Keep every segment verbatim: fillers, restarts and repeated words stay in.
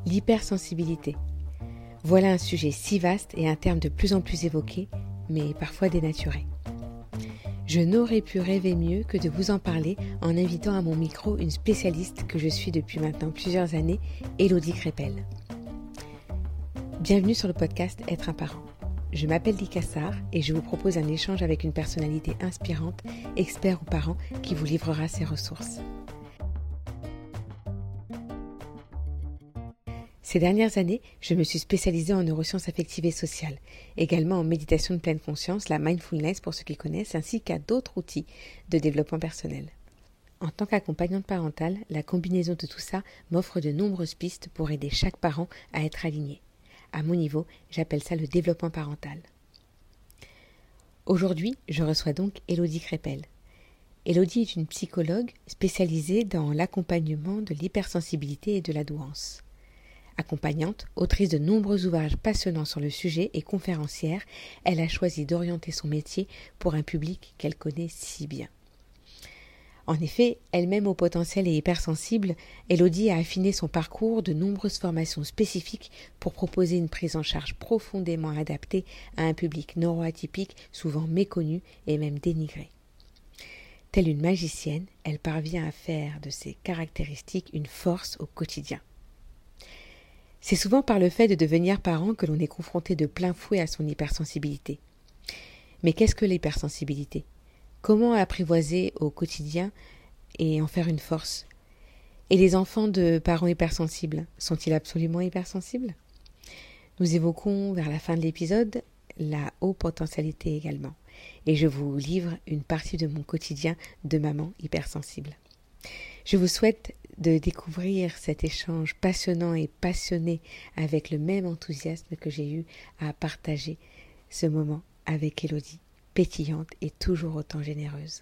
L'hypersensibilité. Voilà un sujet si vaste et un terme de plus en plus évoqué, mais parfois dénaturé. Je n'aurais pu rêver mieux que de vous en parler en invitant à mon micro une spécialiste que je suis depuis maintenant plusieurs années, Élodie Crépel. Bienvenue sur le podcast Être un parent. Je m'appelle Lika Sarr et je vous propose un échange avec une personnalité inspirante, expert ou parent, qui vous livrera ses ressources. Ces dernières années, je me suis spécialisée en neurosciences affectives et sociales, également en méditation de pleine conscience, la mindfulness pour ceux qui connaissent, ainsi qu'à d'autres outils de développement personnel. En tant qu'accompagnante parentale, la combinaison de tout ça m'offre de nombreuses pistes pour aider chaque parent à être aligné. À mon niveau, j'appelle ça le développement parental. Aujourd'hui, je reçois donc Élodie Crépel. Élodie est une psychologue spécialisée dans l'accompagnement de l'hypersensibilité et de la douance. Accompagnante, autrice de nombreux ouvrages passionnants sur le sujet et conférencière, elle a choisi d'orienter son métier pour un public qu'elle connaît si bien. En effet, elle-même au potentiel et hypersensible, Élodie a affiné son parcours de nombreuses formations spécifiques pour proposer une prise en charge profondément adaptée à un public neuroatypique souvent méconnu et même dénigré. Telle une magicienne, elle parvient à faire de ses caractéristiques une force au quotidien. C'est souvent par le fait de devenir parent que l'on est confronté de plein fouet à son hypersensibilité. Mais qu'est-ce que l'hypersensibilité ? Comment apprivoiser au quotidien et en faire une force ? Et les enfants de parents hypersensibles, sont-ils absolument hypersensibles ? Nous évoquons vers la fin de l'épisode la haute potentialité également. Et je vous livre une partie de mon quotidien de maman hypersensible. Je vous souhaite de découvrir cet échange passionnant et passionné avec le même enthousiasme que j'ai eu à partager ce moment avec Élodie, pétillante et toujours autant généreuse.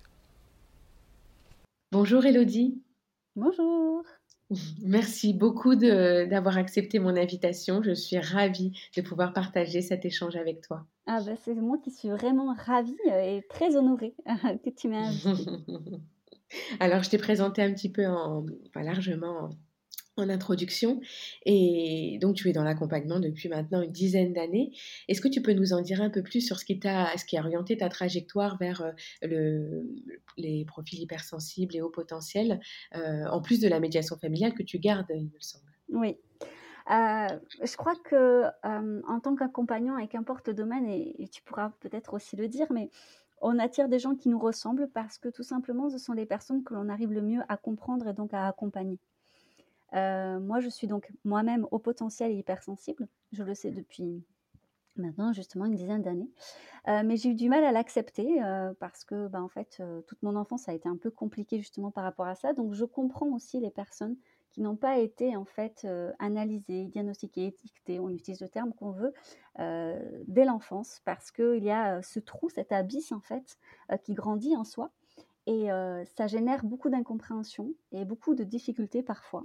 Bonjour Élodie. Bonjour. Merci beaucoup de, d'avoir accepté mon invitation. Je suis ravie de pouvoir partager cet échange avec toi. Ah bah, c'est moi qui suis vraiment ravie et très honorée que tu m'aies invitée. Alors, je t'ai présenté un petit peu en, enfin, largement en, en introduction et donc tu es dans l'accompagnement depuis maintenant une dizaine d'années. Est-ce que tu peux nous en dire un peu plus sur ce qui t'a, ce qui a orienté ta trajectoire vers euh, le, les profils hypersensibles et hauts potentiels, euh, en plus de la médiation familiale que tu gardes, il me semble. Oui. Euh, je crois que euh, en tant qu'accompagnant, et qu'importe le domaine, et, et tu pourras peut-être aussi le dire, mais on attire des gens qui nous ressemblent parce que tout simplement, ce sont les personnes que l'on arrive le mieux à comprendre et donc à accompagner. Euh, moi, je suis donc moi-même au potentiel et hypersensible. Je le sais depuis maintenant justement une dizaine d'années. Euh, mais j'ai eu du mal à l'accepter euh, parce que bah, en fait, euh, toute mon enfance a été un peu compliquée justement par rapport à ça. Donc je comprends aussi les personnes qui n'ont pas été en fait euh, analysées, diagnostiquées, étiquetées, on utilise le terme qu'on veut, euh, dès l'enfance, parce qu'il y a euh, ce trou, cet abysse en fait, euh, qui grandit en soi. Et euh, ça génère beaucoup d'incompréhension et beaucoup de difficultés parfois.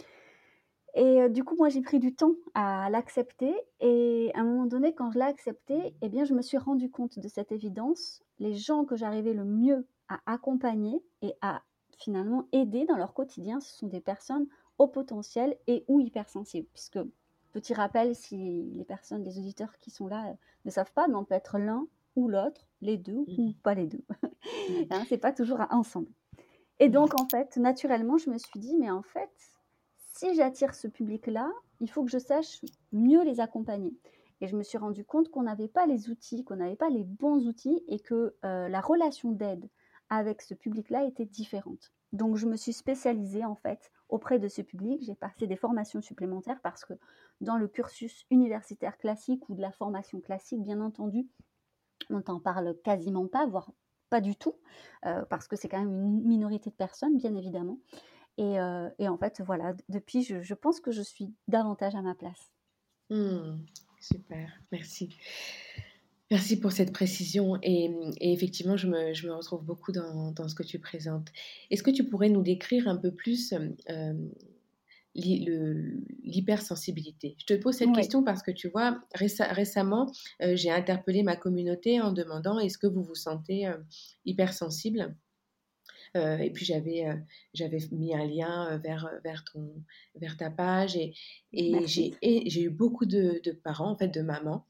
Et euh, du coup, moi, j'ai pris du temps à l'accepter. Et à un moment donné, quand je l'ai accepté, eh bien, je me suis rendu compte de cette évidence. Les gens que j'arrivais le mieux à accompagner et à finalement aider dans leur quotidien, ce sont des personnes au potentiel et ou hypersensibles. Puisque, petit rappel, si les personnes, les auditeurs qui sont là euh, ne savent pas, mais on peut être l'un ou l'autre, les deux mmh. ou pas les deux. Hein, c'est pas toujours ensemble. Et donc, en fait, naturellement, je me suis dit, mais en fait, si j'attire ce public-là, il faut que je sache mieux les accompagner. Et je me suis rendu compte qu'on n'avait pas les outils, qu'on n'avait pas les bons outils et que euh, la relation d'aide avec ce public-là était différente. Donc, je me suis spécialisée en fait auprès de ce public. J'ai passé des formations supplémentaires parce que dans le cursus universitaire classique ou de la formation classique, bien entendu, on t'en parle quasiment pas, voire pas du tout, euh, parce que c'est quand même une minorité de personnes, bien évidemment. Et, euh, et en fait, voilà, depuis, je, je pense que je suis davantage à ma place. Mmh, super, merci. Merci pour cette précision et, et effectivement, je me, je me retrouve beaucoup dans, dans ce que tu présentes. Est-ce que tu pourrais nous décrire un peu plus euh, l'hy- le- l'hypersensibilité? Je te pose cette Oui. question parce que tu vois, réce- récemment, euh, j'ai interpellé ma communauté en demandant est-ce que vous vous sentez euh, hypersensible? Euh, et puis j'avais euh, j'avais mis un lien euh, vers, vers, ton, vers ta page. Et, et Merci. j'ai et j'ai eu beaucoup de, de parents, en fait, de mamans.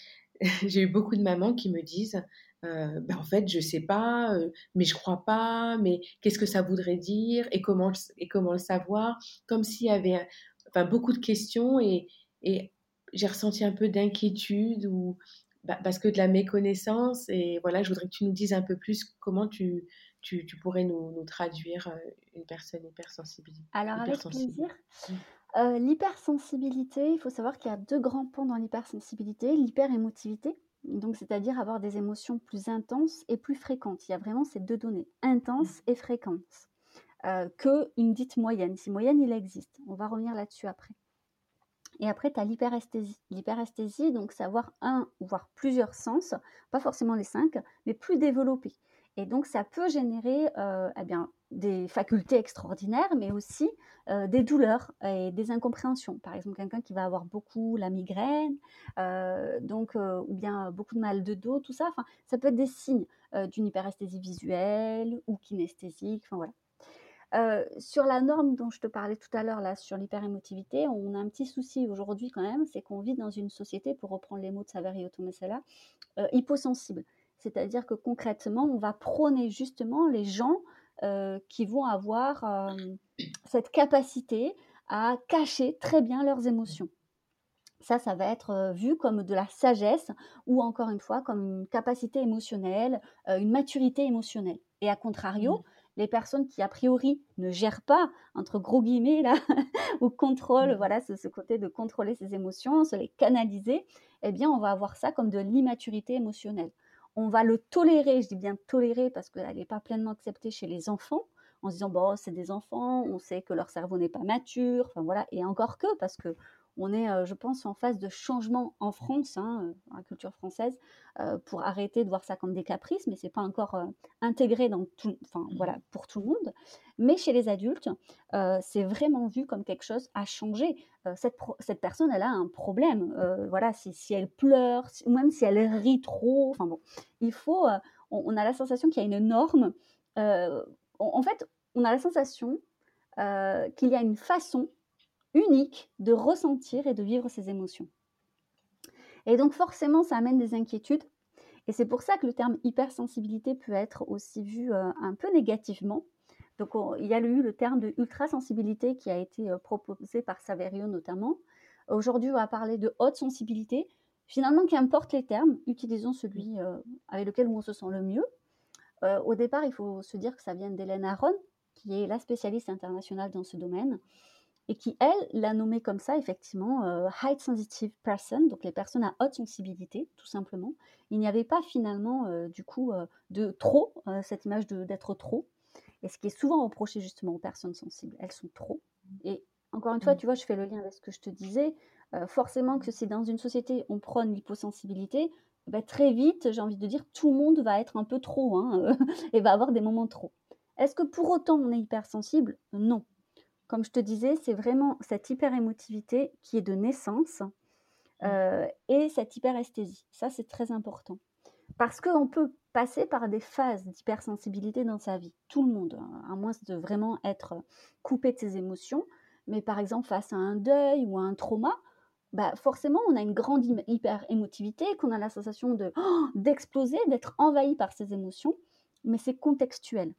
J'ai eu beaucoup de mamans qui me disent, euh, ben, en fait, je sais pas, euh, mais je crois pas, mais qu'est-ce que ça voudrait dire et comment, le- et comment le savoir? Comme s'il y avait, enfin, beaucoup de questions. et, et j'ai ressenti un peu d'inquiétude ou bah, parce que de la méconnaissance. Et voilà, je voudrais que tu nous dises un peu plus comment tu, tu, tu pourrais nous, nous traduire euh, une personne hypersensible. Alors avec hypersensible. plaisir. Mm. Heu, l'hypersensibilité, il faut savoir qu'il y a deux grands pans dans l'hypersensibilité, l'hyperémotivité, donc c'est-à-dire avoir des émotions plus intenses et plus fréquentes. Il y a vraiment ces deux données, intense et fréquence, heu, qu'une dite moyenne. Si moyenne, il existe. On va revenir là-dessus après. Et après, tu as l'hyperesthésie. L'hyperesthésie, donc c'est avoir un ou voire plusieurs sens, pas forcément les cinq, mais plus développés. Et donc ça peut générer euh, eh bien, des facultés extraordinaires, mais aussi euh, des douleurs et des incompréhensions. Par exemple, quelqu'un qui va avoir beaucoup la migraine, euh, donc, euh, ou bien beaucoup de mal de dos, tout ça, enfin, ça peut être des signes euh, d'une hyperesthésie visuelle ou kinesthésique, enfin voilà. Euh, sur la norme dont je te parlais tout à l'heure, là, sur l'hyperémotivité, on a un petit souci aujourd'hui quand même, c'est qu'on vit dans une société, pour reprendre les mots de Saverio Tomasella, euh, hyposensible. C'est-à-dire que concrètement, on va prôner justement les gens euh, qui vont avoir euh, cette capacité à cacher très bien leurs émotions. Ça, ça va être euh, vu comme de la sagesse ou encore une fois comme une capacité émotionnelle, euh, une maturité émotionnelle. Et à contrario, les personnes qui a priori ne gèrent pas, entre gros guillemets, là, ou contrôlent, voilà, ce, ce côté de contrôler ses émotions, se les canaliser, eh bien, on va avoir ça comme de l'immaturité émotionnelle. On va le tolérer, je dis bien tolérer parce qu'elle n'est pas pleinement acceptée chez les enfants, en se disant, bon, c'est des enfants, on sait que leur cerveau n'est pas mature, enfin voilà, et encore que, parce que on est, euh, je pense, en phase de changement en France, hein, euh, dans la culture française, euh, pour arrêter de voir ça comme des caprices, mais c'est pas encore euh, intégré dans tout, enfin voilà, pour tout le monde. Mais chez les adultes, euh, c'est vraiment vu comme quelque chose à changer. Euh, cette, pro- cette personne, elle a un problème. Euh, voilà, si, si elle pleure, si- ou même si elle rit trop, enfin bon, il faut. euh, on, on a la sensation qu'il y a une norme. euh, en en fait, on a la sensation euh, qu'il y a une façon unique de ressentir et de vivre ses émotions. Et donc forcément, ça amène des inquiétudes. Et c'est pour ça que le terme hypersensibilité peut être aussi vu euh, un peu négativement. Donc on, il y a eu le terme de ultrasensibilité qui a été euh, proposé par Saverio notamment. Aujourd'hui, on va parler de haute sensibilité. Finalement, qu'importe les termes, utilisons celui euh, avec lequel on se sent le mieux. Euh, au départ, il faut se dire que ça vient d'Hélène Aron, qui est la spécialiste internationale dans ce domaine et qui, elle, l'a nommé comme ça, effectivement, euh, high sensitive person, donc les personnes à haute sensibilité, tout simplement. Il n'y avait pas finalement, euh, du coup, euh, de trop, euh, cette image de, d'être trop. Et ce qui est souvent reproché justement aux personnes sensibles, elles sont trop. Et encore une fois, tu vois, je fais le lien avec ce que je te disais. Euh, forcément que si dans une société on prône l'hyposensibilité, bah, très vite, j'ai envie de dire, tout le monde va être un peu trop, hein, et va avoir des moments trop. Est-ce que pour autant on est hypersensible? Non. Comme je te disais, c'est vraiment cette hyperémotivité qui est de naissance euh, et cette hyperesthésie. Ça, c'est très important. Parce qu'on peut passer par des phases d'hypersensibilité dans sa vie. Tout le monde, hein, à moins de vraiment être coupé de ses émotions. Mais par exemple, face à un deuil ou à un trauma, bah forcément, on a une grande hyper-émotivité, qu'on a la sensation de, oh, d'exploser, d'être envahi par ses émotions. Mais c'est contextuel.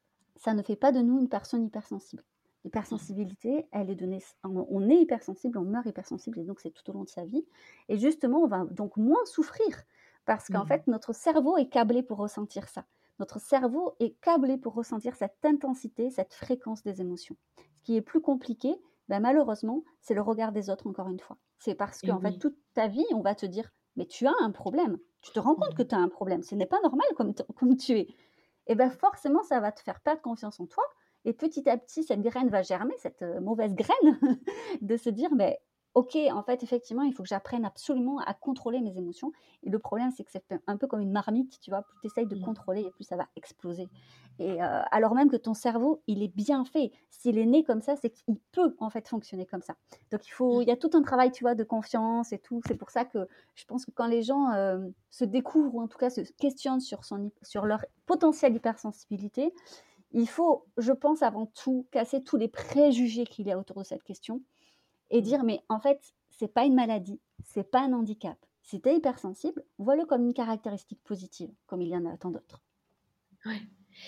Ça ne fait pas de nous une personne hypersensible. L'hypersensibilité, elle est donnée, on est hypersensible, on meurt hypersensible, et donc c'est tout au long de sa vie. Et justement, on va donc moins souffrir, parce qu'en fait, notre cerveau est câblé pour ressentir ça. Notre cerveau est câblé pour ressentir cette intensité, cette fréquence des émotions. Ce qui est plus compliqué, ben malheureusement, c'est le regard des autres, encore une fois. C'est parce Et qu'en fait, oui. toute ta vie, on va te dire, mais tu as un problème. Tu te rends compte que tu as un problème. Ce n'est pas normal comme, comme tu es. Et bien forcément, ça va te faire perdre confiance en toi. Et petit à petit, cette graine va germer, cette euh, mauvaise graine, de se dire, mais ok, en fait, effectivement, il faut que j'apprenne absolument à contrôler mes émotions. Et le problème, c'est que c'est un peu comme une marmite, tu vois, plus tu essayes de contrôler, et plus ça va exploser. Et euh, alors même que ton cerveau, il est bien fait. S'il est né comme ça, c'est qu'il peut en fait fonctionner comme ça. Donc il faut, il y a tout un travail, tu vois, de confiance et tout. C'est pour ça que je pense que quand les gens euh, se découvrent ou en tout cas se questionnent sur, son, sur leur potentielle hypersensibilité, il faut, je pense, avant tout, casser tous les préjugés qu'il y a autour de cette question et Mm. dire, mais en fait, c'est pas une maladie, c'est pas un handicap. Si tu es hypersensible, vois-le comme une caractéristique positive, comme il y en a tant d'autres. Ouais.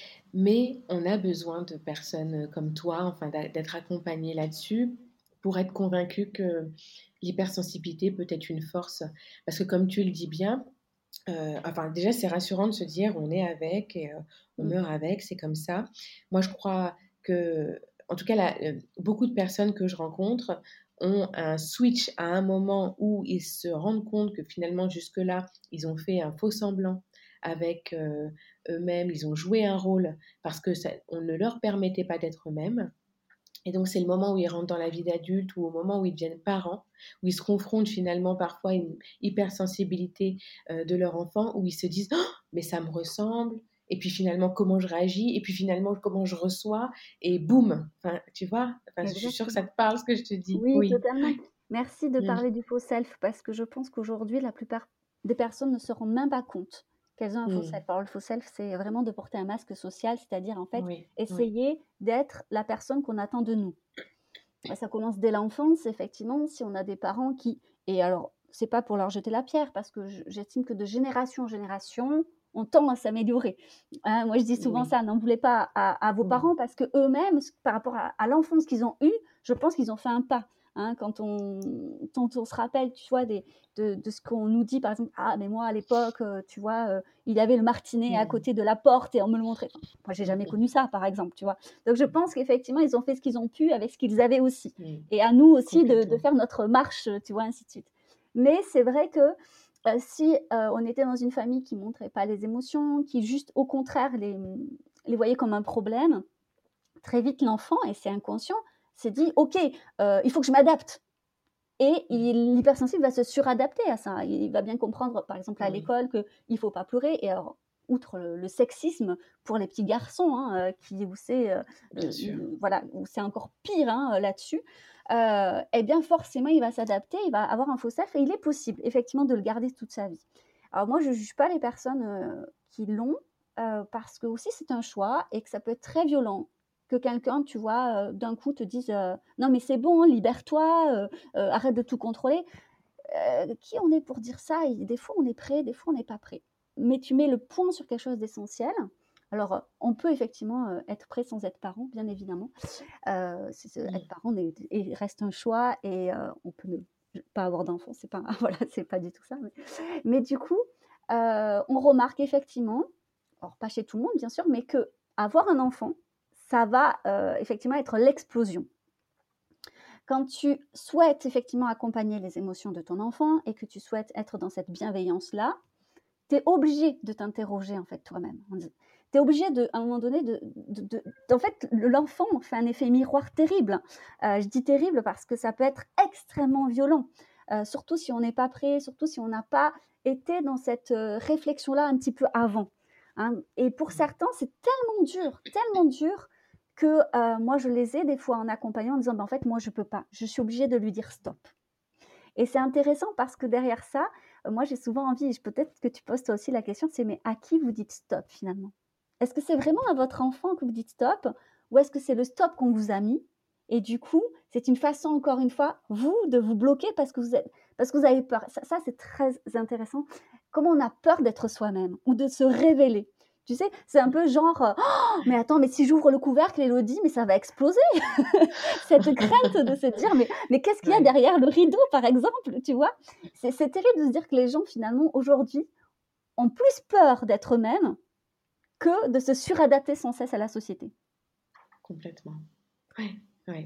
Mais on a besoin de personnes comme toi, enfin d'a- d'être accompagné là-dessus pour être convaincu que l'hypersensibilité peut être une force. Parce que comme tu le dis bien, euh, enfin déjà c'est rassurant de se dire on est avec et euh, on Mm. meurt avec, c'est comme ça. Moi je crois que, en tout cas, la- euh, beaucoup de personnes que je rencontre ont un switch à un moment où ils se rendent compte que finalement jusque-là ils ont fait un faux semblant avec euh, eux-mêmes, ils ont joué un rôle parce que ça, on ne leur permettait pas d'être eux-mêmes. Et donc, c'est le moment où ils rentrent dans la vie d'adulte ou au moment où ils deviennent parents, où ils se confrontent finalement parfois à une hypersensibilité euh, de leur enfant, où ils se disent oh, mais ça me ressemble. Et puis finalement, comment je réagis. Et puis finalement, comment je reçois. Et boum. Enfin, tu vois, enfin, je suis sûre que ça Exactement. te parle ce que je te dis. Oui, Oui. totalement. Merci de Mm. parler du faux self parce que je pense qu'aujourd'hui, la plupart des personnes ne se rendent même pas compte qu'elles ont un faux self. Mm. Alors, le faux self, c'est vraiment de porter un masque social, c'est-à-dire en fait Oui. Oui. essayer d'être la personne qu'on attend de nous. Ça commence dès l'enfance, effectivement, si on a des parents qui... Et alors, c'est pas pour leur jeter la pierre, parce que j'estime que de génération en génération, on tend à s'améliorer. Hein, moi, je dis souvent Oui. ça, n'en voulez pas à, à vos Oui. parents, parce que eux-mêmes, par rapport à, à l'enfance qu'ils ont eue, je pense qu'ils ont fait un pas. Hein, quand, on, quand on se rappelle, tu vois, des, de, de ce qu'on nous dit, par exemple, ah, mais moi, à l'époque, euh, tu vois, euh, il y avait le martinet à Mm. côté de la porte et on me le montrait. Enfin, moi, j'ai jamais connu ça, par exemple, tu vois. Donc, je pense qu'effectivement, ils ont fait ce qu'ils ont pu avec ce qu'ils avaient aussi. Mm. Et à nous aussi de, de Complètement. faire notre marche, tu vois, ainsi de suite. Mais c'est vrai que euh, si euh, on était dans une famille qui ne montrait pas les émotions, qui juste au contraire les, les voyait comme un problème, très vite l'enfant, et c'est inconscient, s'est dit « Ok, euh, il faut que je m'adapte ». Et il- l'hypersensible va se suradapter à ça. Il va bien comprendre, par exemple, à Oui. l'école, qu'il ne faut pas pleurer. Et alors, outre le, le sexisme pour les petits garçons, hein, euh, qui, où c'est euh, Bien sûr. euh, voilà, où c'est encore pire hein, là-dessus, euh, eh bien forcément, il va s'adapter, il va avoir un faux self, et il est possible, effectivement, de le garder toute sa vie. Alors moi, je ne juge pas les personnes euh, qui l'ont, euh, parce que aussi c'est un choix, et que ça peut être très violent que quelqu'un, tu vois, euh, d'un coup te dise euh, non mais c'est bon, libère-toi, euh, euh, arrête de tout contrôler. Euh, qui on est pour dire ça? Et des fois on est prêt, des fois on n'est pas prêt. Mais tu mets le point sur quelque chose d'essentiel. Alors, euh, on peut effectivement euh, être prêt sans être parent, bien évidemment. Euh, c'est, c'est- Mm. être parent est- est- reste un choix et euh, on peut ne pas avoir d'enfant, c'est pas, voilà, c'est pas du tout ça. Mais, mais du coup, euh, on remarque effectivement, alors pas chez tout le monde bien sûr, mais que avoir un enfant, ça va euh, effectivement être l'explosion. Quand tu souhaites effectivement accompagner les émotions de ton enfant et que tu souhaites être dans cette bienveillance-là, tu es obligé de t'interroger en fait toi-même. Tu es obligé de, à un moment donné, de, de, de, en fait, l'enfant fait un effet miroir terrible. Euh, je dis terrible parce que ça peut être extrêmement violent, euh, surtout si on n'est pas prêt, surtout si on n'a pas été dans cette euh, réflexion-là un petit peu avant. Hein. Et pour certains, c'est tellement dur, tellement dur que euh, moi, je les ai des fois en accompagnant en disant, ben, en fait, moi, je ne peux pas. Je suis obligée de lui dire stop. Et c'est intéressant parce que derrière ça, euh, moi, j'ai souvent envie, et peut-être que tu poses toi aussi la question, c'est mais à qui vous dites stop finalement? Est-ce que c'est vraiment à votre enfant que vous dites stop ou est-ce que c'est le stop qu'on vous a mis? Et du coup, c'est une façon, encore une fois, vous, de vous bloquer parce que vous, êtes, parce que vous avez peur. Ça, ça, c'est très intéressant. Comment on a peur d'être soi-même ou de se révéler. Tu sais, c'est un peu genre, oh, mais attends, mais si j'ouvre le couvercle, Elodie, mais ça va exploser. Cette crainte de se dire, mais, mais qu'est-ce qu'il y a Ouais. derrière le rideau, par exemple, tu vois? C'est, c'est terrible de se dire que les gens, finalement, aujourd'hui, ont plus peur d'être eux-mêmes que de se suradapter sans cesse à la société. Complètement. Ouais. Ouais.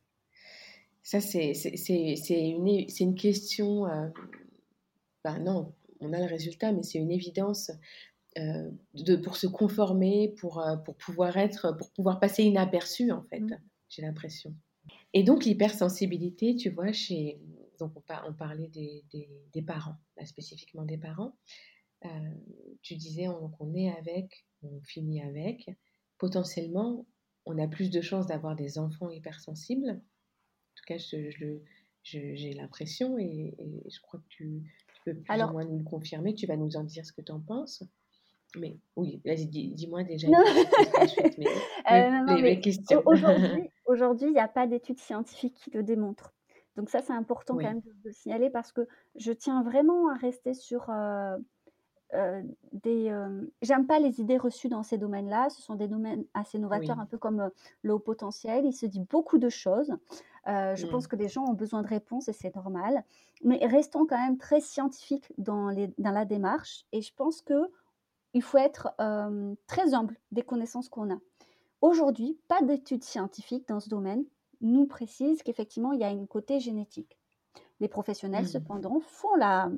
Ça, c'est, c'est, c'est, c'est une, c'est une question. Euh, bah non, on a le résultat, mais c'est une évidence euh, de, pour se conformer, pour, euh, pour pouvoir être, pour pouvoir passer inaperçu, en fait, Mmh. j'ai l'impression. Et donc, l'hypersensibilité, tu vois, chez, donc on, par, on parlait des, des, des parents, là, spécifiquement des parents. Euh, tu disais on, qu'on est avec, on finit avec. Potentiellement, on a plus de chances d'avoir des enfants hypersensibles. En tout cas, je, je, je, j'ai l'impression, et, et je crois que tu, tu peux plus ou Alors, moins nous le confirmer. Tu vas nous en dire ce que tu en penses. Mais oui, vas-y, dis, dis-moi déjà et Non, puis je te poserai ensuite mes, mes, euh, non, non, les, mes mais questions. au- aujourd'hui, aujourd'hui, il n'y a pas d'études scientifiques qui le démontrent. Donc ça, c'est important quand Oui, même de, de le signaler parce que je tiens vraiment à rester sur euh, euh, des... euh, j'aime pas les idées reçues dans ces domaines-là. Ce sont des domaines assez novateurs, oui. un peu comme euh, le haut potentiel. Il se dit beaucoup de choses. Euh, je pense Mm, que les gens ont besoin de réponses et c'est normal. Mais restons quand même très scientifiques dans, les, dans la démarche. Et je pense que il faut être euh, très humble des connaissances qu'on a. Aujourd'hui, pas d'études scientifiques dans ce domaine nous précisent qu'effectivement, il y a un côté génétique. Les professionnels, mm. cependant, font la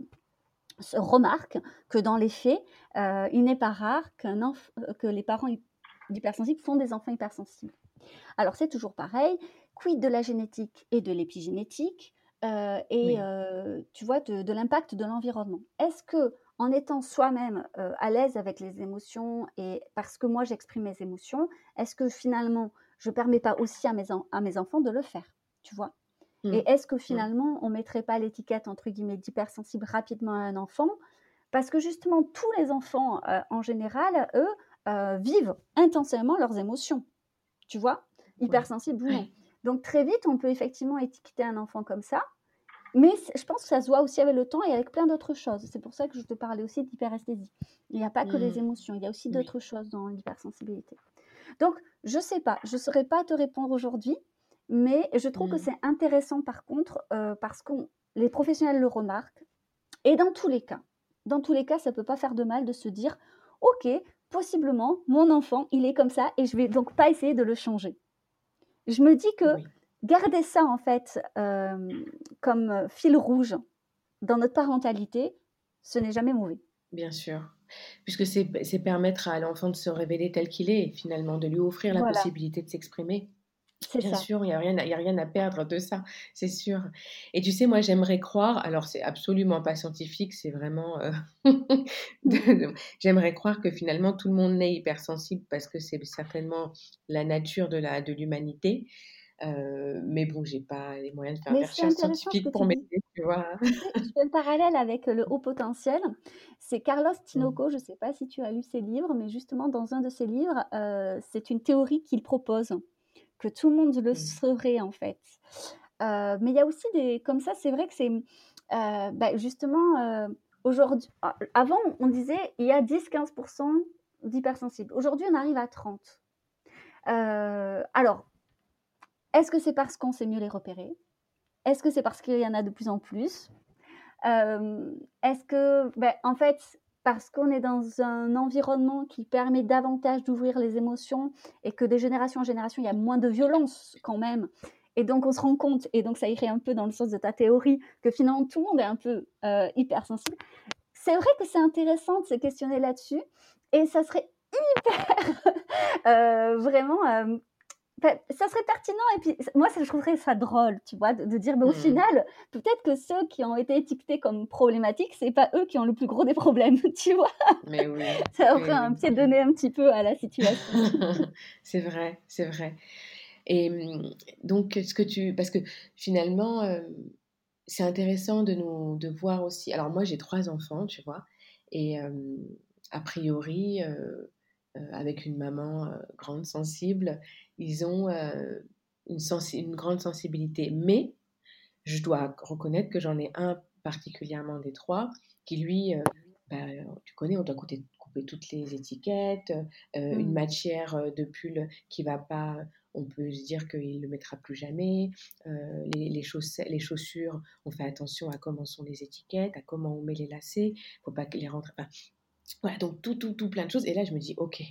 remarque que dans les faits, euh, il n'est pas rare qu'un enf- que les parents hypersensibles font des enfants hypersensibles. Alors c'est toujours pareil, quid de la génétique et de l'épigénétique euh, et Oui, euh, tu vois de, de l'impact de l'environnement. Est-ce que en étant soi-même euh, à l'aise avec les émotions et parce que moi j'exprime mes émotions, est-ce que finalement je ne permets pas aussi à mes, en- à mes enfants de le faire, tu vois? mm, Et est-ce que mm. finalement on ne mettrait pas l'étiquette entre guillemets d'hypersensible rapidement à un enfant parce que justement tous les enfants euh, en général, eux, euh, vivent intensément leurs émotions, tu vois, Oui, hypersensible ou non. oui. Donc très vite, on peut effectivement étiqueter un enfant comme ça, mais je pense que ça se voit aussi avec le temps et avec plein d'autres choses. C'est pour ça que je te parlais aussi d'hyperesthésie. Il n'y a pas que les Mm, émotions, il y a aussi oui. d'autres choses dans l'hypersensibilité. Donc, je ne sais pas, je ne saurais pas te répondre aujourd'hui, mais je trouve que Mm, c'est intéressant par contre, euh, parce que les professionnels le remarquent, et dans tous les cas, dans tous les cas, ça ne peut pas faire de mal de se dire, ok, possiblement, mon enfant, il est comme ça, et je ne vais donc pas essayer de le changer. Je me dis que oui, garder ça, en fait, euh, comme fil rouge dans notre parentalité, ce n'est jamais mauvais. bien sûr. Puisque c'est c'est permettre à l'enfant de se révéler tel qu'il est, finalement, de lui offrir la Voilà, possibilité de s'exprimer. c'est Bien ça. sûr, il y a rien à il y a rien à perdre de ça, c'est sûr. Et tu sais, moi, j'aimerais croire, alors c'est absolument pas scientifique, c'est vraiment, heu, de de j'aimerais croire que finalement tout le monde naît hypersensible parce que c'est certainement la nature de la de l'humanité. Heu, mais bon, j'ai pas les moyens de faire Mais des c'est recherches intéressant ce que scientifiques tu pour dis. m'aider, tu vois? Tu sais, je fais le parallèle avec le haut potentiel. C'est Carlos Mmh, Tinoco, je ne sais pas si tu as lu ses livres, mais justement dans un de ses livres, euh, c'est une théorie qu'il propose, que tout le monde le mmh, serait en fait. Euh, mais il y a aussi des... Comme ça, c'est vrai que c'est... euh, bah, justement, euh, aujourd'hui... Avant, on disait il y a dix à quinze pour cent d'hypersensibles. Aujourd'hui, on arrive à trente. Euh, alors, est-ce que c'est parce qu'on sait mieux les repérer? Est-ce que c'est parce qu'il y en a de plus en plus? Euh, Est-ce que, ben, en fait, parce qu'on est dans un environnement qui permet davantage d'ouvrir les émotions et que de génération en génération, il y a moins de violence quand même. Et donc, on se rend compte, et donc ça irait un peu dans le sens de ta théorie, que finalement, tout le monde est un peu euh, hypersensible. C'est vrai que c'est intéressant de se questionner là-dessus. Et ça serait hyper, euh, vraiment, euh, Enfin, ça serait pertinent et puis moi ça, je trouverais ça drôle, tu vois, de, de dire mais au mmh. final peut-être que ceux qui ont été étiquetés comme problématiques c'est pas eux qui ont le plus gros des problèmes, tu vois, Mais oui, ça aurait mais un oui. pied donné un petit peu à la situation. C'est vrai, c'est vrai. Et mmh, donc ce que tu parce que finalement, hem, c'est intéressant de nous de voir aussi alors moi j'ai trois enfants, tu vois? Et hem, a priori, heu heu, avec une maman, heu, grande sensible, ils ont, heu, une sensi une grande sensibilité. Mais je dois reconnaître que j'en ai un particulièrement des trois qui lui, heu, bah, tu connais, on doit couper couper toutes les étiquettes, heu, une Mm. matière, heu, de pull qui va pas, on peut se dire qu'il le mettra plus jamais. Heu, les les chaussettes les chaussures, on fait attention à comment sont les étiquettes, à comment on met les lacets, faut pas que les rentrer enfin, voilà, donc tout, tout, tout plein de choses et là je me dis: «OK,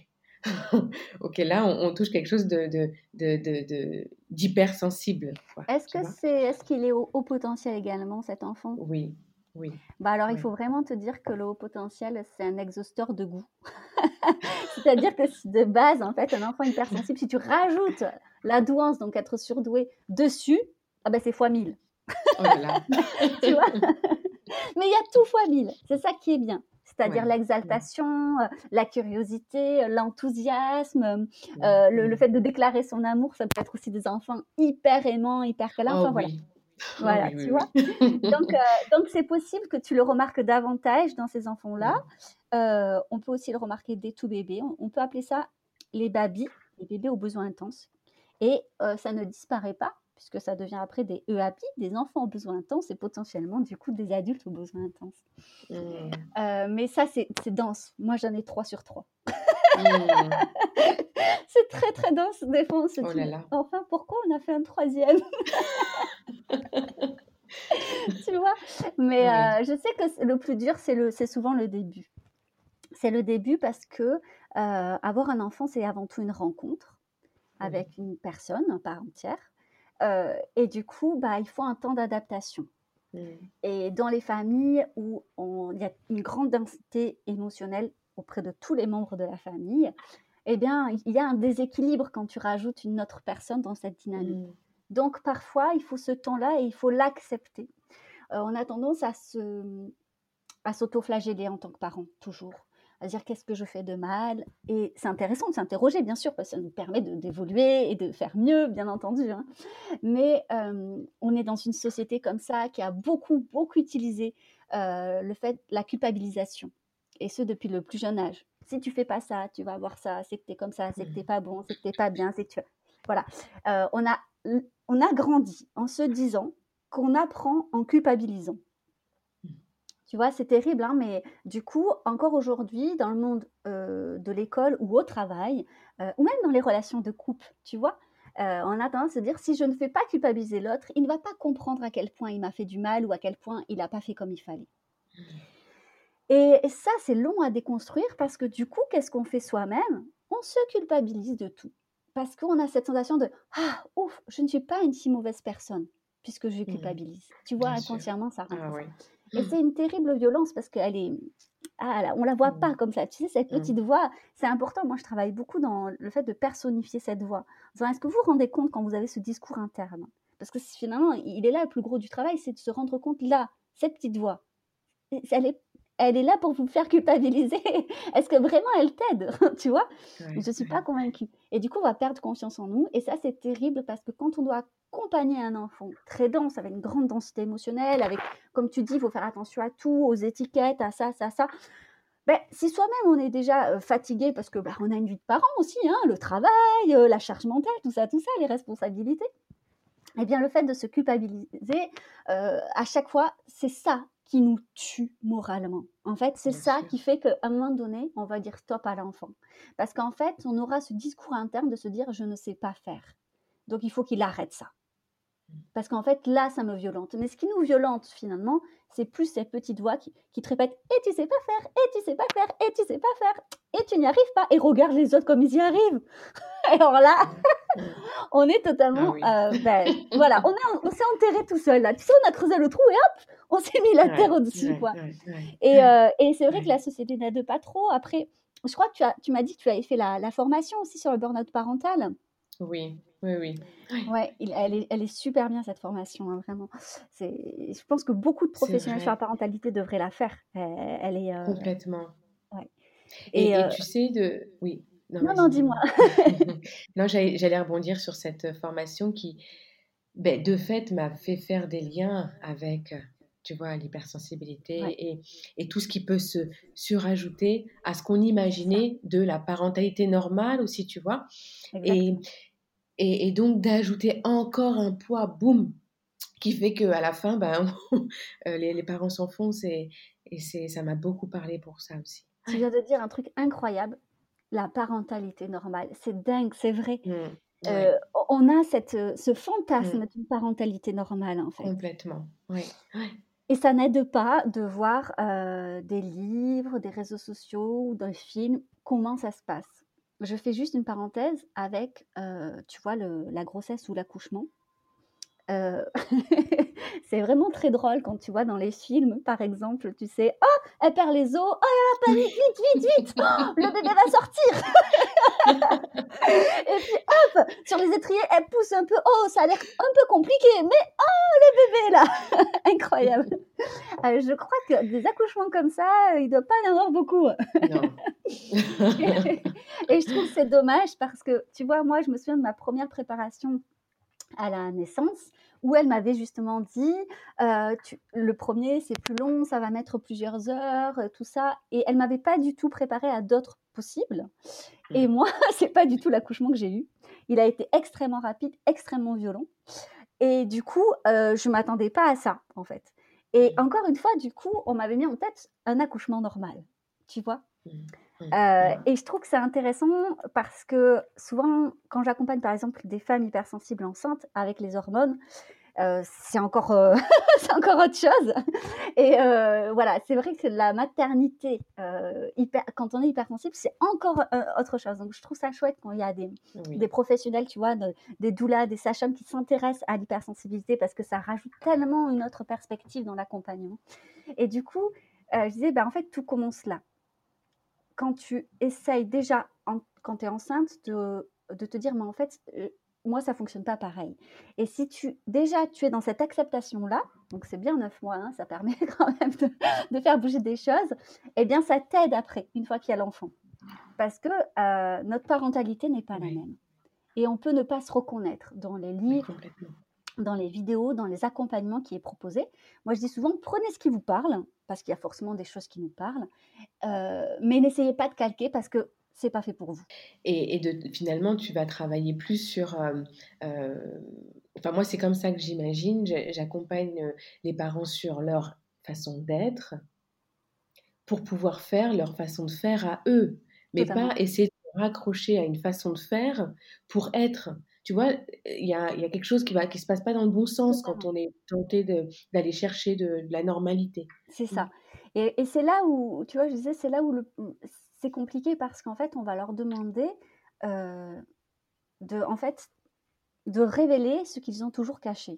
OK, là on on touche quelque chose de de de de de d'hypersensible, quoi», Est-ce tu que vois? c'est est-ce qu'il est au haut potentiel également cet enfant? Oui, oui, Bah alors il oui. faut vraiment te dire que le haut potentiel c'est un exhausteur de goût. C'est-à-dire que si de base en fait un enfant hypersensible, si tu rajoutes la douance, donc être surdoué dessus, ah ben c'est fois mille, Oh là là. tu vois. Mais il y a tout fois mille, c'est ça qui est bien. C'est-à-dire Ouais, ouais. l'exaltation, euh, la curiosité, euh, l'enthousiasme, Mmh, euh, le, le mmh. fait de déclarer son amour, ça peut être aussi des enfants hyper aimants, hyper câlins, Oh enfin voilà. oui. Oh Voilà, oui, oui, tu vois. oui. Donc, euh, donc c'est possible que tu le remarques davantage dans ces enfants-là. Mmh. euh, on peut aussi le remarquer dès tout bébé. On, on peut appeler ça les babys, les bébés aux besoins intenses. Et euh, ça ne disparaît pas, puisque ça devient après des E A P I, des enfants aux besoins intenses, et potentiellement, du coup, des adultes aux besoins intenses. Mmh. Euh, mais ça, c'est c'est dense. Moi, j'en ai trois sur trois. Mmh. C'est très, très dense. Des fois, on se Oh dit, là mais là. enfin, pourquoi on a fait un troisième? Tu vois? Mais Oui. euh, je sais que c'est- le plus dur, c'est le, c'est souvent le début. C'est le début parce que euh, avoir un enfant, c'est avant tout une rencontre Oui. avec une personne à part entière. Euh, et du coup, bah, il faut un temps d'adaptation. Mmh. Et dans les familles où on- il y a une grande densité émotionnelle auprès de tous les membres de la famille, eh bien, il y a un déséquilibre quand tu rajoutes une autre personne dans cette dynamique. Mmh. Donc, parfois, il faut ce temps-là et il faut l'accepter. Euh, on a tendance à se, à s'auto-flageller en tant que parent, toujours. À dire qu'est-ce que je fais de mal. Et c'est intéressant de s'interroger, bien sûr, parce que ça nous permet de, d'évoluer et de faire mieux, bien entendu. Hein. Mais euh, on est dans une société comme ça qui a beaucoup, beaucoup utilisé euh, le fait, la culpabilisation. Et ce, depuis le plus jeune âge. Si tu fais pas ça, tu vas avoir ça, c'est que tu es comme ça, c'est que tu n'es pas bon, c'est que tu n'es pas bien, c'est que tu... Voilà. Euh, on, a, on a grandi en se disant qu'on apprend en culpabilisant. Tu vois, c'est terrible, hein, mais du coup, encore aujourd'hui, dans le monde euh, de l'école ou au travail, euh, ou même dans les relations de couple, tu vois, euh, on a tendance à se dire, si je ne fais pas culpabiliser l'autre, il ne va pas comprendre à quel point il m'a fait du mal ou à quel point il n'a pas fait comme il fallait. Et ça, c'est long à déconstruire parce que du coup, qu'est-ce qu'on fait soi-même? On se culpabilise de tout. Parce qu'on a cette sensation de « Ah, ouf, je ne suis pas une si mauvaise personne puisque je Mmh. culpabilise. » Tu vois, Bien sûr. inconsciemment, ça rentre Ah ça. oui. Et c'est une terrible violence parce qu'elle est... Ah, là, on la voit Mmh. pas comme ça. Tu sais, cette Mmh. petite voix, c'est important. Moi, je travaille beaucoup dans le fait de personnifier cette voix. En disant, est-ce que vous vous rendez compte quand vous avez ce discours interne? Parce que finalement, il est là le plus gros du travail, c'est de se rendre compte, là, cette petite voix, elle est, elle est là pour vous faire culpabiliser. Est-ce que vraiment elle t'aide? Tu vois? Ouais, Je ne suis ouais. pas convaincue. Et du coup, on va perdre confiance en nous. Et ça, c'est terrible parce que quand on doit accompagner un enfant très dense, avec une grande densité émotionnelle, avec, comme tu dis, il faut faire attention à tout, aux étiquettes, à ça, ça, ça. Ben, si soi-même on est déjà euh, fatigué parce que ben, on a une vie de parent aussi, hein, le travail, euh, la charge mentale, tout ça, tout ça, les responsabilités, eh bien le fait de se culpabiliser, euh, à chaque fois, c'est ça qui nous tue moralement. En fait, c'est Bien ça sûr. qui fait qu'à un moment donné, on va dire stop à l'enfant. Parce qu'en fait, on aura ce discours interne de se dire je ne sais pas faire. Donc il faut qu'il arrête ça. Parce qu'en fait, là, ça me violente. Mais ce qui nous violente, finalement, c'est plus cette petite voix qui, qui te répète « Et tu sais pas faire, et tu sais pas faire, et tu sais pas faire, et tu n'y arrives pas, et regarde les autres comme ils y arrivent. » Alors là, Mmh. on est Ah totalement... oui. euh, ben, voilà, on, est, on s'est enterré tout seul, là. Tu sais, on a creusé le trou et hop, on s'est mis la terre Ouais, au-dessus, ouais, quoi. ouais, ouais. Et, euh, et c'est vrai Ouais. que la société n'aide pas trop. Après, je crois que tu, as, tu m'as dit que tu avais fait la, la formation aussi sur le burn-out parental. Oui, oui, oui. Ouais. Ouais, il- elle est, elle est super bien cette formation, hein, vraiment. C'est, je pense que beaucoup de C'est professionnels sur la vrai, parentalité devraient la faire. Elle, elle est, euh, complètement. ouais. Et Et, et euh, tu sais de... Oui, non, non, non, vas-y, dis-moi. dis-moi. Non, j'allais, j'allais rebondir sur cette formation qui, ben, de fait, m'a fait faire des liens avec, euh, tu vois, Ouais, l'hypersensibilité et, et tout ce qui peut se surajouter à ce qu'on c'est ça, imaginait de la parentalité normale aussi, tu vois. Et, exactement. et, et donc d'ajouter encore un poids, boum, qui fait qu'à la fin, ben, euh, les, les parents s'enfoncent et, et c'est, ça m'a beaucoup parlé pour ça aussi. Tu viens de dire un truc incroyable, la parentalité normale. C'est dingue, c'est vrai. Mm, Euh, ouais, on a cette, euh, ce mm, fantasme d'une parentalité normale, en fait. complètement. Ouais, ouais, Et ça n'aide pas de voir euh, des livres, des réseaux sociaux ou des films, comment ça se passe. Je fais juste une parenthèse avec, euh, tu vois, le, la grossesse ou l'accouchement. Euh, c'est vraiment très drôle quand tu vois dans les films, par exemple, tu sais, oh, elle perd les os, oh là là, panique, vite, vite, vite, oh, le bébé va sortir. Et puis hop, sur les étriers, elle pousse un peu, oh, ça a l'air un peu compliqué, mais oh, le bébé là, incroyable. Euh, je crois que des accouchements comme ça, il ne doit pas y en avoir beaucoup. Non. Et je trouve que c'est dommage parce que, tu vois, moi, je me souviens de ma première préparation à la naissance où elle m'avait justement dit, euh, tu- le premier c'est plus long, ça va mettre plusieurs heures, euh, tout ça, et elle m'avait pas du tout préparé à d'autres possibles. Et Mm. moi, c'est pas du tout l'accouchement que j'ai eu. Il a été extrêmement rapide, extrêmement violent. Et du coup, euh, je m'attendais pas à ça, en fait. Et Mm. encore une fois, du coup, on m'avait mis en tête un accouchement normal, tu vois. Mm. Mm. Euh, Mm. et je trouve que c'est intéressant parce que souvent, quand j'accompagne par exemple des femmes hypersensibles enceintes avec les hormones, euh, c'est encore, euh, c'est encore autre chose. Et euh, voilà, c'est vrai que la maternité, euh, hyper, quand on est hypersensible, c'est encore euh, autre chose. Donc je trouve ça chouette quand il y a des, Oui. des professionnels, tu vois, de- des doulas, des sages-femmes qui s'intéressent à l'hypersensibilité parce que ça rajoute tellement une autre perspective dans l'accompagnement. Et du coup, euh, je disais, ben, en fait, tout commence là. Quand tu essayes déjà, en- quand tu es enceinte, de, de te dire, mais en fait, euh, moi, ça fonctionne pas pareil. Et si tu, déjà, tu es dans cette acceptation-là, donc c'est bien neuf mois, hein, ça permet quand même de, de faire bouger des choses, eh bien, ça t'aide après, une fois qu'il y a l'enfant. Parce que euh, notre parentalité n'est pas la Oui. même. Et on peut ne pas se reconnaître dans les Oui, livres, complètement. dans les vidéos, dans les accompagnements qui est proposé. Moi, je dis souvent, prenez ce qui vous parle, parce qu'il y a forcément des choses qui nous parlent, euh, mais n'essayez pas de calquer parce que c'est pas fait pour vous. Et, et de, finalement, tu vas travailler plus sur... euh, euh, enfin, moi, c'est comme ça que j'imagine. J'ai- J'accompagne euh, les parents sur leur façon d'être pour pouvoir faire leur façon de faire à eux, mais pas Totalement. essayer de se raccrocher à une façon de faire pour être. Tu vois, il y a, il y a quelque chose qui va, qui se passe pas dans le bon sens quand Totalement. on est tenté de- d'aller chercher de, de la normalité. C'est Mm. ça. Et, et c'est là où, tu vois, je disais, c'est là où le, c'est compliqué parce qu'en fait, on va leur demander euh, de, en fait, de révéler ce qu'ils ont toujours caché.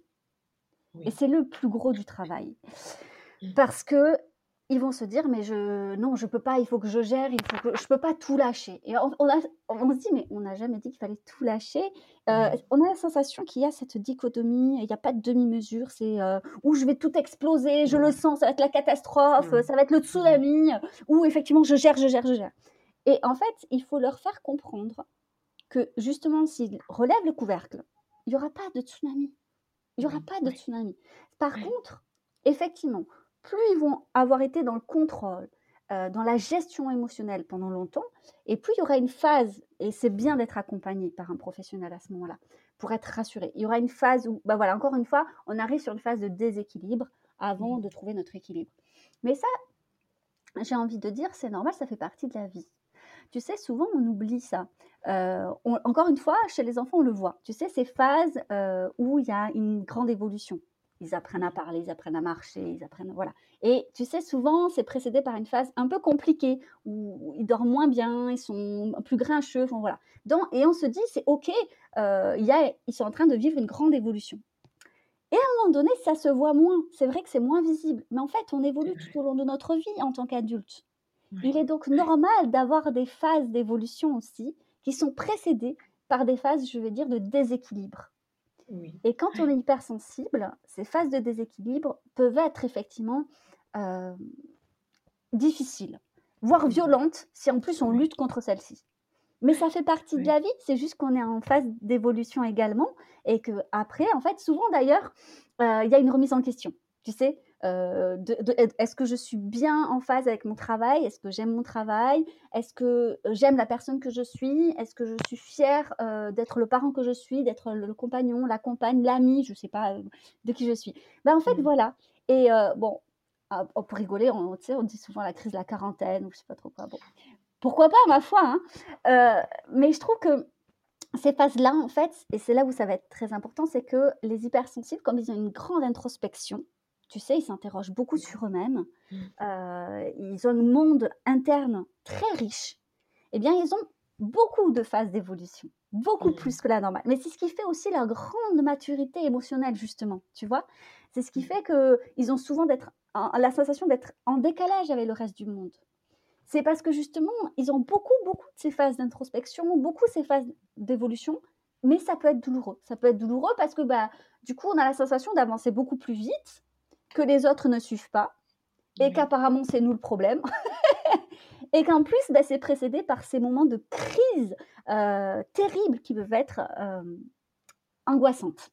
Et Oui. c'est le plus gros du travail. Mm. Parce que ils vont se dire, mais je, non, je peux pas, il faut que je gère, il faut que, je peux pas tout lâcher. Et on, on, a, on se dit, mais on n'a jamais dit qu'il fallait tout lâcher. Euh, Oui. on a la sensation qu'il y a cette dichotomie, il n'y a pas de demi-mesure, c'est euh, où je vais tout exploser, je le Mm. sens, ça va être la catastrophe, Mm. ça va être le Mm. tsunami, ou effectivement, je gère, je gère, je gère. Et en fait, il faut leur faire comprendre que justement, s'ils relèvent le couvercle, il n'y aura pas de tsunami. Il n'y aura Oui. pas de Oui. tsunami. Par Oui. contre, effectivement, plus ils vont avoir été dans le contrôle, euh, dans la gestion émotionnelle pendant longtemps, et plus il y aura une phase, et c'est bien d'être accompagné par un professionnel à ce moment-là, pour être rassuré. Il y aura une phase où, bah voilà, encore une fois, on arrive sur une phase de déséquilibre avant Mm. de trouver notre équilibre. Mais ça, j'ai envie de dire, c'est normal, ça fait partie de la vie. Tu sais, souvent, on oublie ça. Euh, on- encore une fois, chez les enfants, on le voit. Tu sais, ces phases euh, où il y a une grande évolution. Ils apprennent à parler, ils apprennent à marcher, ils apprennent... Voilà. Et tu sais, souvent, c'est précédé par une phase un peu compliquée, où ils dorment moins bien, ils sont plus grincheux, enfin, voilà. Donc, et on se dit, c'est OK, euh, il y a, ils sont en train de vivre une grande évolution. Et à un moment donné, ça se voit moins. C'est vrai que c'est moins visible. Mais en fait, on C'est évolue vrai. tout au long de notre vie en tant qu'adulte. Il Oui. est donc normal d'avoir des phases d'évolution aussi qui sont précédées par des phases, je vais dire, de déséquilibre. Oui. Et quand on Oui. est hypersensible, ces phases de déséquilibre peuvent être effectivement euh, difficiles, voire Mm. violentes, si en plus on Oui. lutte contre celles-ci. Mais ça fait partie de Oui. la vie, c'est juste qu'on est en phase d'évolution également, et que après, en fait, souvent d'ailleurs, euh, il y a une remise en question. Tu sais, euh, de, de, est-ce que je suis bien en phase avec mon travail? Est-ce que j'aime mon travail? Est-ce que j'aime la personne que je suis? Est-ce que je suis fière euh, d'être le parent que je suis, d'être le, le compagnon, la compagne, l'ami, je ne sais pas euh, de qui je suis? Ben, en fait, Mm. voilà. Et euh, bon, ah, pour rigoler, on, tu sais, on dit souvent la crise de la quarantaine, ou je ne sais pas trop quoi. Bon, pourquoi pas, ma foi, hein. Euh, mais je trouve que ces phases-là, en fait, et c'est là où ça va être très important, c'est que les hypersensibles, comme ils ont une grande introspection, tu sais, ils s'interrogent beaucoup sur eux-mêmes, Mm. euh, ils ont un monde interne très riche, eh bien, ils ont beaucoup de phases d'évolution, beaucoup Mm. plus que la normale. Mais c'est ce qui fait aussi leur grande maturité émotionnelle, justement, tu vois. C'est ce qui Mm. fait qu'ils ont souvent d'être, la sensation d'être en décalage avec le reste du monde. C'est parce que justement, ils ont beaucoup, beaucoup de ces phases d'introspection, beaucoup de ces phases d'évolution, mais ça peut être douloureux. Ça peut être douloureux parce que bah, du coup, on a la sensation d'avancer beaucoup plus vite, que les autres ne suivent pas, et Oui. qu'apparemment, c'est nous le problème. Et qu'en plus, bah, c'est précédé par ces moments de crise euh, terribles qui peuvent être euh, angoissantes.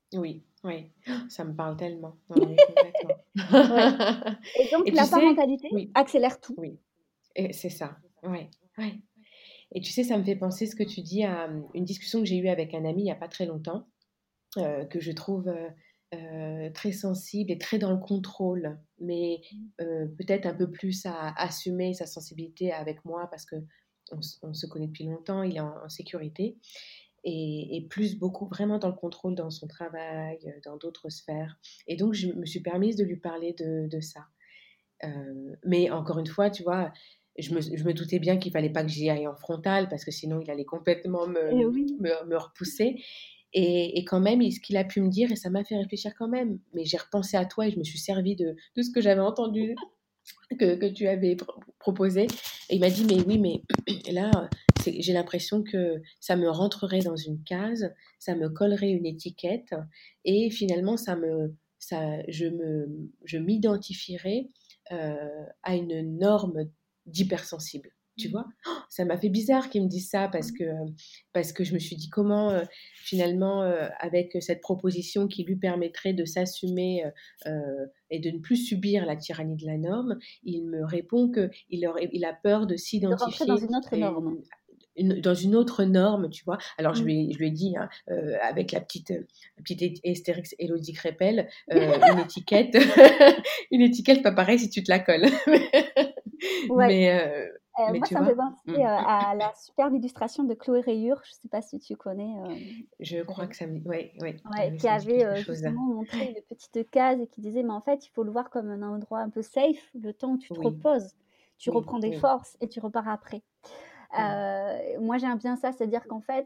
Oui, oui. Ça me parle tellement. Oui, oui, complètement. Ouais. Et donc Et tu la sais parentalité oui, accélère tout. oui, et c'est ça. Ouais, ouais. Et tu sais, ça me fait penser ce que tu dis à, mmh, une discussion que j'ai eue avec un ami il y a pas très longtemps, heu, que je trouve, heu heu, très sensible et très dans le contrôle, mais Mmh. heu, peut-être un peu plus à assumer sa sensibilité avec moi parce qu'on s on se connaît depuis longtemps, il est en en sécurité et et plus beaucoup vraiment dans le contrôle dans son travail, heu, dans d'autres sphères et donc je me suis permise de lui parler de de ça. Heu, mais encore une fois, tu vois, je me je me doutais bien qu'il fallait pas que j'y aille en frontal parce que sinon il allait complètement me, Et mmh, oui. me me repousser et et quand même, il ce qu'il a pu me dire et ça m'a fait réfléchir quand même. Mais j'ai repensé à toi et je me suis servie de de ce que j'avais entendu que que tu avais pro proposé et il m'a dit: «Mais oui, mais là, heu, c'est j'ai l'impression que ça me rentrerait dans une case, ça me collerait une étiquette et finalement ça me ça je me je m'identifierais, heu, à une norme d'hypersensible». Tu Mmh. vois? Ça m'a fait bizarre qu'il me dise ça parce Mmh. que, hem, parce que je me suis dit: «Comment, heu, finalement, heu, avec cette proposition qui lui permettrait de s'assumer, heu heu et de ne plus subir la tyrannie de la norme», il me répond qu'il aurait il a peur de De rentrer dans s'identifier une autre à norme. une une dans une autre norme, tu vois? Alors je Mmh. lui ai je lui ai dit, hein, heu, avec la petite, heu, la petite hé Astérix Élodie Crépelle, heu, une étiquette une étiquette pas pareil si tu te la colles. Ouais. Mais heu, Heu, mais moi tu ça me fait vois? penser, heu, Mmh. à la superbe illustration de Chloé Rayure, je sais pas si tu connais, hem, Je Chloé crois que Rayure? ça me ouais, ouais, Ouais, oui, qui ça me dit avait, quelque heu, chose. justement montré Ouais. une petite case et qui disait: «Mais en fait, il faut le voir comme un endroit un peu safe, le temps où tu te Oui, reposes, tu oui, reprends des oui. forces et tu repars après». Mmh. Heu, moi j'aime bien ça, c'est-à-dire qu'en fait,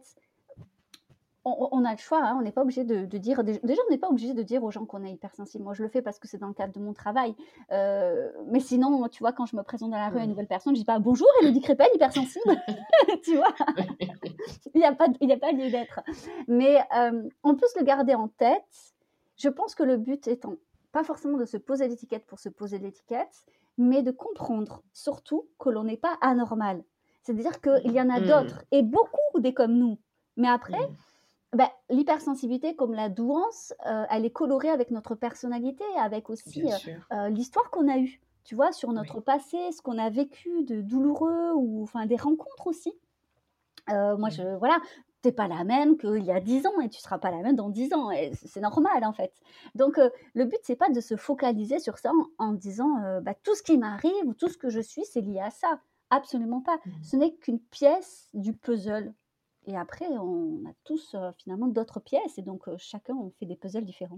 on on on a le choix, hein, on n'est pas obligé de de dire déj déjà on n'est pas obligé de dire aux gens qu'on est hypersensible. Moi je le fais parce que c'est dans le cadre de mon travail, heu, mais sinon, tu vois, quand je me présente dans la rue à une Mmh. nouvelle personne, je dis pas: «Bonjour Élodie Crépelle, hypersensible», tu vois? Il y a pas d il y a pas lieu d'être. Mais hem, on peut se le garder en tête. Je pense que le but étant pas forcément de se poser l'étiquette pour se poser l'étiquette, mais de comprendre surtout que l'on n'est pas anormal. C'est-à-dire qu'il y en a Mmh. d'autres et beaucoup des comme nous. Mais après, Mmh. bah, l'hypersensibilité comme la douance, heu, elle est colorée avec notre personnalité, avec aussi, Bien heu sûr, heu, l'histoire qu'on a eue, tu vois? Sur oui. notre passé, ce qu'on a vécu de douloureux ou enfin des rencontres aussi. Heu, moi, Mmh. je voilà, tu es pas la même qu'il y a dix ans et tu seras pas la même dans dix ans et c c'est normal, en fait. Donc heu, le but, c'est pas de se focaliser sur ça en en disant, heu: «Bah, tout ce qui m'arrive ou tout ce que je suis, c'est lié à ça». Absolument pas. Mmh. Ce n'est qu'une pièce du puzzle et après on a tous, heu, finalement d'autres pièces et donc heu, chacun on fait des puzzles différents.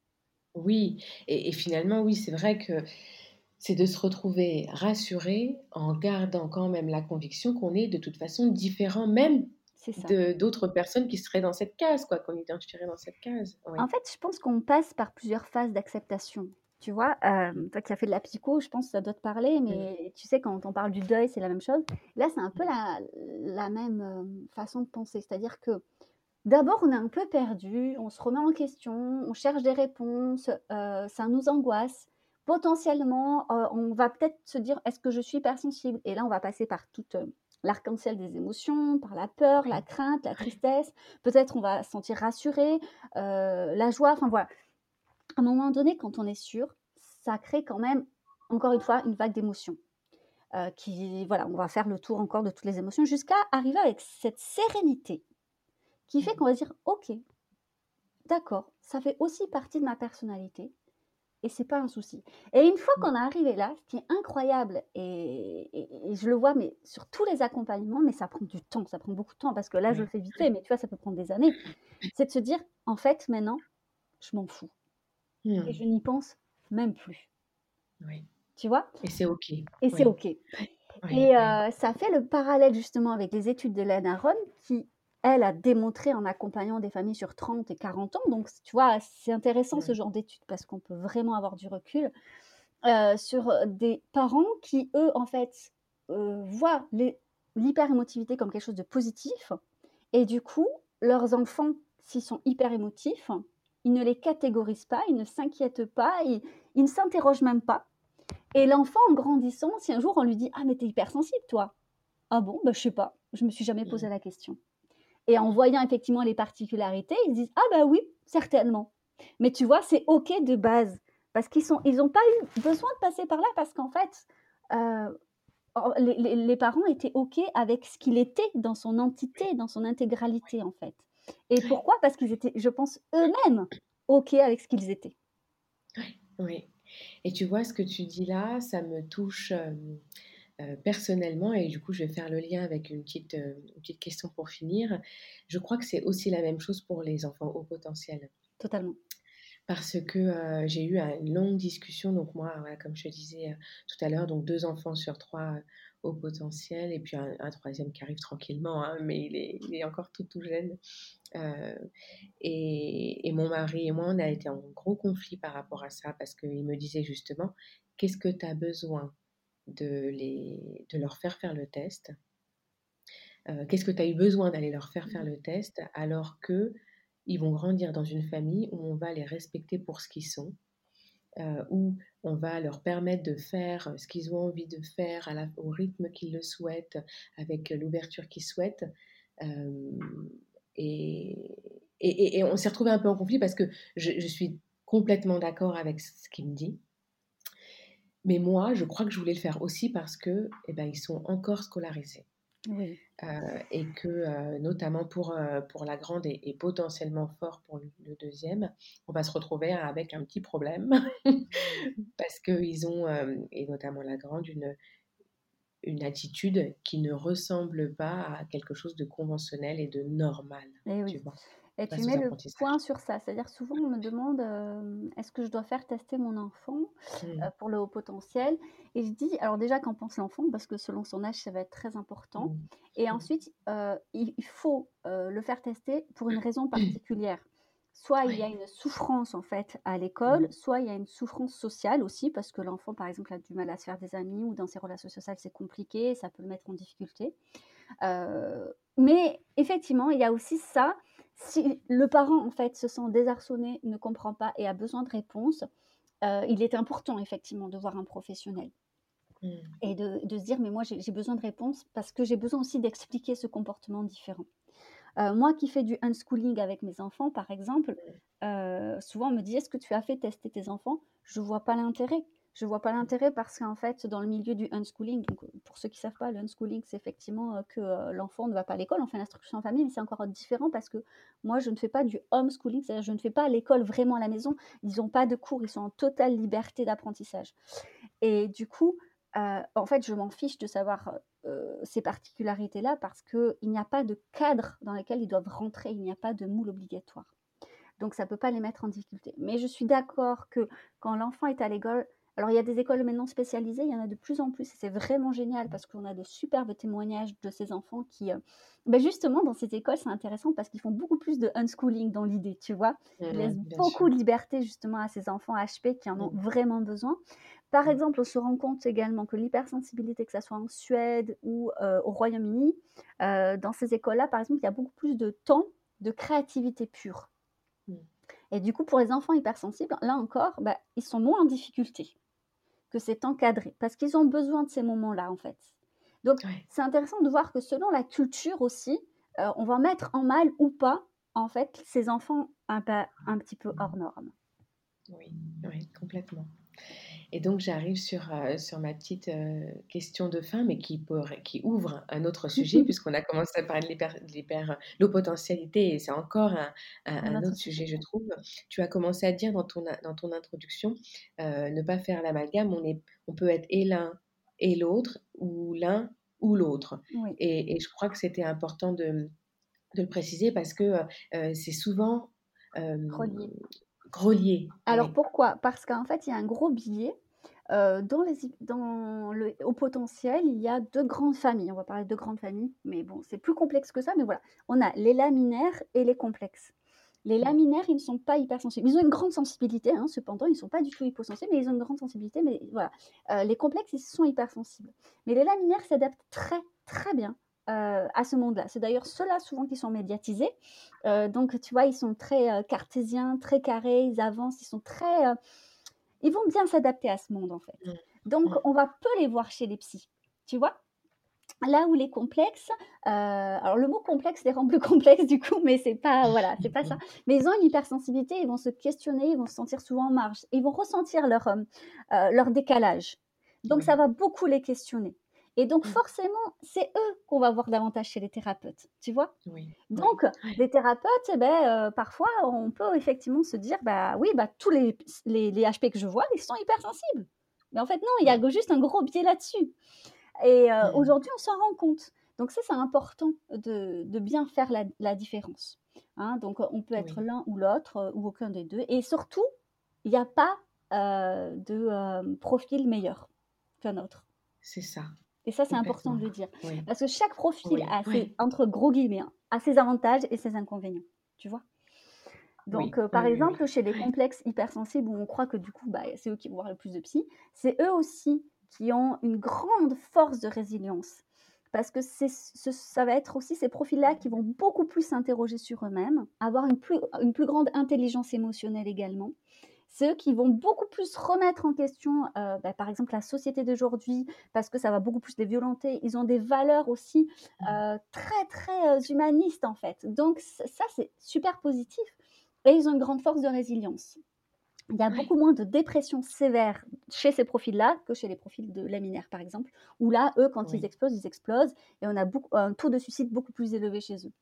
Oui et et finalement, oui, c'est vrai que c'est de se retrouver rassuré en gardant quand même la conviction qu'on est de toute façon différent, même C'est ça. de d'autres personnes qui seraient dans cette case, quoi, qu'on identifierait dans cette case. En Oui. fait, je pense qu'on passe par plusieurs phases d'acceptation. Tu vois? Mmh. Hem, toi qui as fait de la psycho, je pense que ça doit te parler, Mmh. mais tu sais, quand on parle du deuil, c'est la même chose. Là, c'est un peu Mmh. la la même, hem, façon de penser. C'est-à-dire que, d'abord, on est un peu perdu, on se remet en question, on cherche des réponses, heu, ça nous angoisse. Potentiellement, heu, on va peut-être se dire: «Est-ce que je suis hypersensible?» Et là, on va passer par toute, heu, l'arc-en-ciel des émotions, par la peur, la Oui. crainte, la Ouais. tristesse. Peut-être on va se sentir rassuré, heu, la joie, enfin voilà. À un moment donné, quand on est sûr, ça crée quand même, encore une fois, une vague d'émotions, heu, qui voilà, on va faire le tour encore de toutes les émotions jusqu'à arriver avec cette sérénité qui fait Mmh. qu'on va se dire: «OK, d'accord, ça fait aussi partie de ma personnalité et c'est pas un souci». Et une fois Oui. qu'on est arrivé là, ce qui est incroyable et et et je le vois, mais sur tous les accompagnements, mais ça prend du temps, ça prend beaucoup de temps parce que là, je le Oui. fais vite fait, mais tu vois, ça peut prendre des années. C'est de se dire: «En fait, maintenant, je m'en fous et Mmh. je n'y pense même plus». Oui Tu vois? et c'est OK. Et c'est Oui. OK. Et Oui, oui. heu, ça fait le parallèle justement avec les études de Lena Aron qui, elle, a démontré en accompagnant des familles sur trente et quarante ans, donc tu vois, c'est intéressant ce Mmh. genre d'études parce qu'on peut vraiment avoir du recul, heu, sur, des parents qui, eux, en fait, heu, voient les l'hyperémotivité comme quelque chose de positif et du coup, leurs enfants, s'ils sont hyper émotifs, ils ne les catégorisent pas, ils ne s'inquiètent pas, ils ils ne s'interrogent même pas et l'enfant, en grandissant, si un jour on lui dit: «Ah mais tu es hypersensible toi?» «Ah bon? Bah, je sais pas, je me suis jamais posé Mmh. la question» et en voyant effectivement les particularités, ils se disent: «Ah bah oui, certainement». Mais tu vois, c'est OK de base parce qu'ils sont ils ont pas eu besoin de passer par là parce qu'en fait, heu, en les les les parents étaient OK avec ce qu'il était dans son entité, dans son intégralité, en fait. Et Oui, pourquoi? Parce qu'ils étaient, je pense, eux-mêmes OK avec ce qu'ils étaient. oui, oui. Et tu vois, ce que tu dis là, ça me touche, hem, heu, personnellement et du coup, je vais faire le lien avec une petite, heu, une petite question pour finir. Je crois que c'est aussi la même chose pour les enfants haut potentiel. Totalement. Parce que, heu, j'ai eu un une longue discussion, donc moi, voilà, comme je te disais, heu, tout à l'heure, donc deux enfants sur trois heu, au potentiel et puis un un troisième qui arrive tranquillement, hein, mais il est il est encore tout, tout jeune. Heu et et mon mari et moi, on a été en gros conflit par rapport à ça parce qu'il me disait justement: «Qu'est-ce que tu as besoin de les de leur faire faire le test? Heu, qu'est-ce que tu as eu besoin d'aller leur faire faire Mmh. le test alors qu'ils vont grandir dans une famille où on va les respecter pour ce qu'ils sont?» heu, où on va leur permettre de faire ce qu'ils ont envie de faire à la au rythme qu'ils le souhaitent, avec l'ouverture qu'ils souhaitent. Hem et et et et on s'est retrouvés un peu en conflit parce que je je suis complètement d'accord avec ce qu'il me dit. Mais moi, je crois que je voulais le faire aussi parce que, eh ben, ils sont encore scolarisés. Oui. Heu et que, heu, notamment pour, heu, pour la grande et et potentiellement fort pour le le deuxième, on va se retrouver avec un petit problème parce qu'ils ont, hem et notamment la grande, une une attitude qui ne ressemble pas à quelque chose de conventionnel et de normal, Et tu oui. vois? Et tu Face aux mets le point apprentissages. sur ça. C'est-à-dire souvent on me demande, hem: «Est-ce que je dois faire tester mon enfant, heu, Mmh. pour le haut potentiel?» Et je dis alors déjà qu'en pense l'enfant parce que selon son âge, ça va être très important. Mmh. Et Mmh. ensuite, heu, il il faut, heu, le faire tester pour une raison particulière. Soit il y a Ouais. une souffrance en fait à l'école, Mmh. soit il y a une souffrance sociale aussi parce que l'enfant par exemple a du mal à se faire des amis ou dans ses relations sociales c'est compliqué, ça peut le mettre en difficulté. Heu, mais effectivement, il y a aussi ça. Si le parent, en fait, se sent désarçonné, ne comprend pas et a besoin de réponses, heu, il est important effectivement de voir un professionnel Mmh. et de de se dire: «Mais moi j'ai j'ai besoin de réponses parce que j'ai besoin aussi d'expliquer ce comportement différent». Heu, moi qui fais du unschooling avec mes enfants, par exemple, heu, souvent on me dit: «Est-ce que tu as fait tester tes enfants?» Je vois pas l'intérêt. Je vois pas l'intérêt parce qu'en fait, dans le milieu du unschooling, donc, heu, pour ceux qui savent pas, le unschooling, c'est effectivement, heu, que, heu, l'enfant ne va pas à l'école. On fait l'instruction en famille, mais c'est encore différent parce que moi, je ne fais pas du homeschooling, c'est-à-dire je ne fais pas l'école vraiment à la maison. Ils ont pas de cours, ils sont en totale liberté d'apprentissage. Et du coup, heu, en fait, je m'en fiche de savoir, heu, ces particularités-là parce qu'il n'y a pas de cadre dans lequel ils doivent rentrer, il n'y a pas de moule obligatoire. Donc ça ne peut pas les mettre en difficulté. Mais je suis d'accord que quand l'enfant est à l'école, alors il y a des écoles maintenant spécialisées, il y en a de plus en plus et c'est vraiment génial parce qu'on a de superbes témoignages de ces enfants qui, heu, beh, justement dans ces écoles, c'est intéressant parce qu'ils font beaucoup plus de unschooling dans l'idée, tu vois? Ils Mmh. laissent Bien sûr. beaucoup de liberté justement à ces enfants H P qui en ont Mmh. vraiment besoin. Par Mmh. exemple, on se rend compte également que l'hypersensibilité, que ça soit en Suède ou, heu, au Royaume-Uni, heu, dans ces écoles-là, par exemple, il y a beaucoup plus de temps de créativité pure. Mmh. Et du coup, pour les enfants hypersensibles, là encore, bah, ils sont moins en difficulté que c'est encadré parce qu'ils ont besoin de ces moments-là, en fait. Donc, Ouais. c'est intéressant de voir que selon la culture aussi, heu, on va mettre en mal ou pas, en fait, ces enfants un pa un petit peu hors normes. Oui, oui, complètement. Et donc j'arrive sur, heu, sur ma petite, heu, question de fin, mais qui pourrait qui ouvre un autre sujet puisqu'on a commencé à parler de l'hyper de l'hyper l'eau potentialité et c'est encore un un Un un autre autre sujet. sujet, je trouve. Tu as commencé à dire dans ton in dans ton introduction, heu, ne pas faire l'amalgame. On est on peut être et l'un et l'autre ou l'un ou l'autre Oui, et et je crois que c'était important de, mmh, de le préciser parce que, heu heu, c'est souvent, hem, relié. relié. Alors Oui. pourquoi? Parce qu'en fait, il y a un gros biais. Heu, dans les hy dans le haut potentiel, il y a deux grandes familles. On va parler de deux grandes familles, mais bon, c'est plus complexe que ça, mais voilà. On a les laminaires et les complexes. Les Mmh. laminaires, ils ne sont pas hypersensibles. Ils ont une grande sensibilité, hein, cependant, ils ne sont pas du tout hyposensibles, mais ils ont une grande sensibilité, mais voilà. Heu, les complexes, ils sont hypersensibles. Mais les laminaires s'adaptent très, très bien, heu, à ce monde-là. C'est d'ailleurs ceux-là souvent qui sont médiatisés. Heu, donc tu vois, ils sont très, heu, cartésiens, très carrés, ils avancent, ils sont très, heu ils vont bien s'adapter à ce monde, en fait. Mmh. Donc Mmh. on va peu les voir chez les psys, tu vois? Là où les complexes, heu, alors le mot complexe les rend plus complexes du coup, mais c'est pas voilà, c'est pas ça. Mais ils ont une hypersensibilité, ils vont se questionner, ils vont se sentir souvent en marge et ils vont ressentir leur, hem, heu, leur décalage. Donc ça Oui. va beaucoup les questionner et donc Mmh. forcément, c'est eux qu'on va voir davantage chez les thérapeutes, tu vois? Oui, oui. Donc les thérapeutes et beh, heu, parfois on peut effectivement se dire: «Bah oui, bah tous les ps les les H P que je vois, ils sont hypersensibles». Mais en fait non, il y a Mmh. que juste un gros biais là-dessus. Et heu, Mmh. aujourd'hui, on s'en rend compte. Donc ça, c'est important de de bien faire la la différence, hein. Donc on peut être Oui, l'un ou l'autre, heu, ou aucun des deux. Et surtout, il y a pas, heu, de, hem, profil meilleur qu'un autre. c'est ça, Et ça, c'est important complètement. de le dire. Oui, Parce que chaque profil oui, a ses oui, entre gros guillemets, hein, a ses avantages et ses inconvénients, tu vois? Donc, oui, heu, oui, par oui, oui. exemple, chez les Ouais. complexes hypersensibles où on croit que du coup, bah, c'est eux qui vont voir le plus de psy, c'est eux aussi qui ont une grande force de résilience. Parce que c'est ce ça va être aussi ces profils-là qui vont beaucoup plus s'interroger sur eux-mêmes, avoir une plus une plus grande intelligence émotionnelle également. C'est eux qui vont beaucoup plus remettre en question, heu, bah, par exemple, la société d'aujourd'hui, parce que ça va beaucoup plus les violenter. Ils ont des valeurs aussi, Mmh. heu, très, très, heu, humanistes, en fait. Donc ç ça, c'est super positif et ils ont une grande force de résilience. Il y a Ouais. beaucoup moins de dépression sévère chez ces profils-là que chez les profils de laminaires, par exemple, où là, eux, quand ils Oui, explosent, ils explosent et on a beaucoup un taux de suicide beaucoup plus élevé chez eux.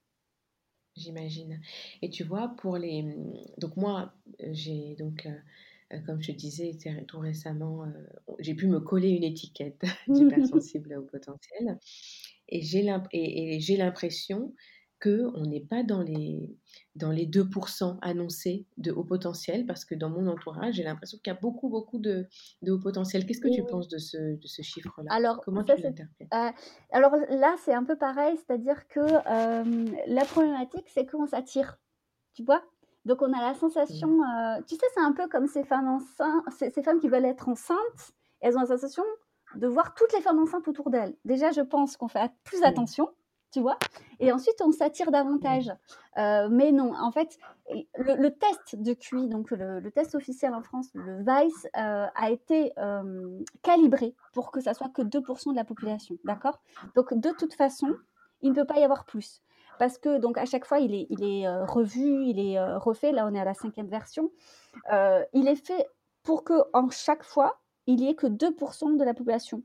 j'imagine. Et tu vois, pour les, mmh, donc moi, heu, j'ai donc, heu heu, comme je te disais, c'est tout récemment, heu, j'ai pu me coller une étiquette d'hypersensible au potentiel. Et j'ai l'imp et et j'ai l'impression qu'on n'est pas dans les dans les deux pour cent annoncés de haut potentiel, parce que dans mon entourage, j'ai l'impression qu'il y a beaucoup, beaucoup de de haut potentiel. Qu'est-ce que tu Oui. penses de ce de ce chiffre-là? Alors Comment ça tu c'est l'interprètes? heu, alors là, c'est un peu pareil, c'est-à-dire que, hem, la problématique, c'est qu'on s'attire, tu vois? Donc on a la sensation, Mmh. heu, tu sais, c'est un peu comme ces femmes enceintes ces ces femmes qui veulent être enceintes, elles ont la sensation de voir toutes les femmes enceintes autour d'elles. Déjà, je pense qu'on fait plus Mmh. attention, tu vois? Et ensuite on s'attire davantage. Oui. Heu, mais non, en fait, et le le test de Q I, donc le le test officiel en France, le VICE, heu, a été, hem, calibré pour que ça soit que deux pour cent de la population, d'accord? Donc de toute façon, il ne peut pas y avoir plus. Parce que donc à chaque fois, il est il est, heu, revu, il est, heu, refait. Là, on est à la cinquième version. Heu, il est fait pour qu'en chaque fois, il y ait que deux pour cent de la population.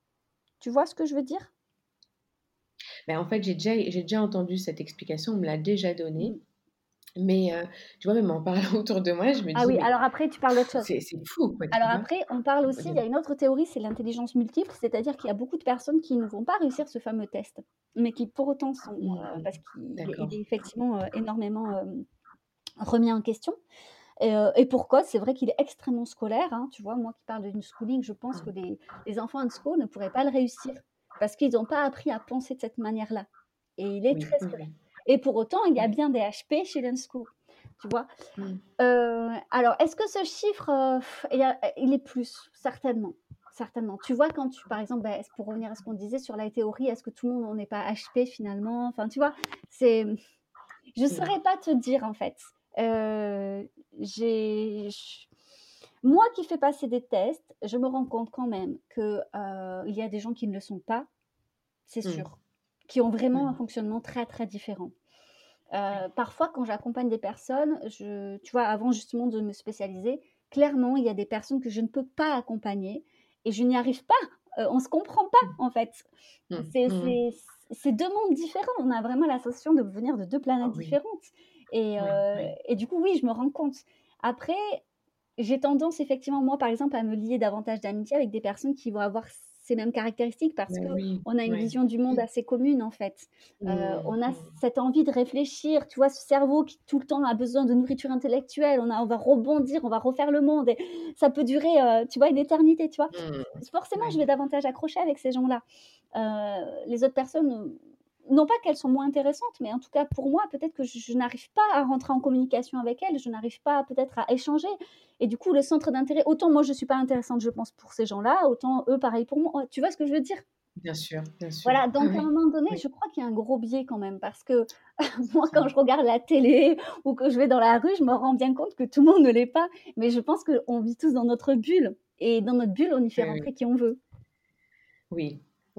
Tu vois ce que je veux dire? Ben, en fait, j'ai déjà j'ai déjà entendu cette explication, on me l'a déjà donnée, Mmh. mais heu, tu vois, même en parlant autour de moi, je me Ah dis: oui, «Mais alors après, tu parles d'autre chose. c'est c'est fou, quoi», tu Alors vois? après, on parle aussi, il y a Dis-moi. une autre théorie, c'est l'intelligence multiple, c'est-à-dire qu'il y a beaucoup de personnes qui ne vont pas réussir ce fameux test, mais qui pour autant sont, heu, Mmh. parce qu'il est il est D'accord. effectivement, heu, énormément, hem, remis en question et heu et pour cause, c'est vrai qu'il est extrêmement scolaire, hein. Tu vois, moi qui parle d'une schooling, je pense que Mmh. les les enfants en school ne pourraient pas le réussir parce qu'ils n'ont pas appris à penser de cette manière-là et il est Oui, très oui, scolaire oui. et pour autant, il y a Ouais. bien des H P chez l'unschool, tu vois? Mmh. Heu, alors est-ce que ce chiffre, heu, il y a il est plus? Certainement, certainement. Tu vois, quand tu par exemple, bah, est-ce pour revenir à ce qu'on disait sur la théorie, est-ce que tout le monde on n'est pas H P finalement? Enfin, tu vois? C'est je Mmh. saurais pas te dire en fait. Heu, j'ai j moi qui fais passer des tests, je me rends compte quand même que, heu, il y a des gens qui ne le sont pas, c'est Mmh. sûr, qui ont vraiment un Mmh. fonctionnement très, très différent. Oui. Heu, parfois, quand j'accompagne des personnes, je tu vois, avant justement de me spécialiser, clairement, il y a des personnes que je ne peux pas accompagner et je n'y arrive pas. Heu, on se comprend pas, Mmh. en fait. Mmh. C'est Mmh mh. c'est c'est deux mondes différents. On a vraiment la sensation de venir de deux planètes Oui, différentes et oui, heu oui. et du coup, oui, je me rends compte. Après, j'ai tendance effectivement, moi, par exemple, à me lier davantage d'amitié avec des personnes qui vont avoir ces mêmes caractéristiques parce Bah que oui, on a une ouais. vision du monde assez commune, en fait. Heu, Mmh. on a Mmh. cette envie de réfléchir, tu vois? Ce cerveau qui tout le temps a besoin de nourriture intellectuelle, on a on va rebondir, on va refaire le monde et ça peut durer, heu, tu vois, une éternité, tu vois? Mmh. Forcément, je Ouais. vais davantage accrocher avec ces gens-là. Heu, les autres personnes, heu, non pas qu'elles sont moins intéressantes, mais en tout cas pour moi, peut-être que je je n'arrive pas à rentrer en communication avec elles, je n'arrive pas peut-être à échanger et du coup le centre d'intérêt autant moi je suis pas intéressante, je pense, pour ces gens-là, autant eux pareil pour moi. Tu vois ce que je veux dire? Bien sûr, bien sûr. Voilà, Oui, donc à un oui. moment donné, Oui, je crois qu'il y a un gros biais quand même parce que c'est moi ça. quand je regarde la télé ou que je vais dans la rue, je me rends bien compte que tout le monde ne l'est pas, mais je pense qu'on vit tous dans notre bulle et dans notre bulle, on y fait Oui, oui. rentrer qui on veut. Oui, ouais.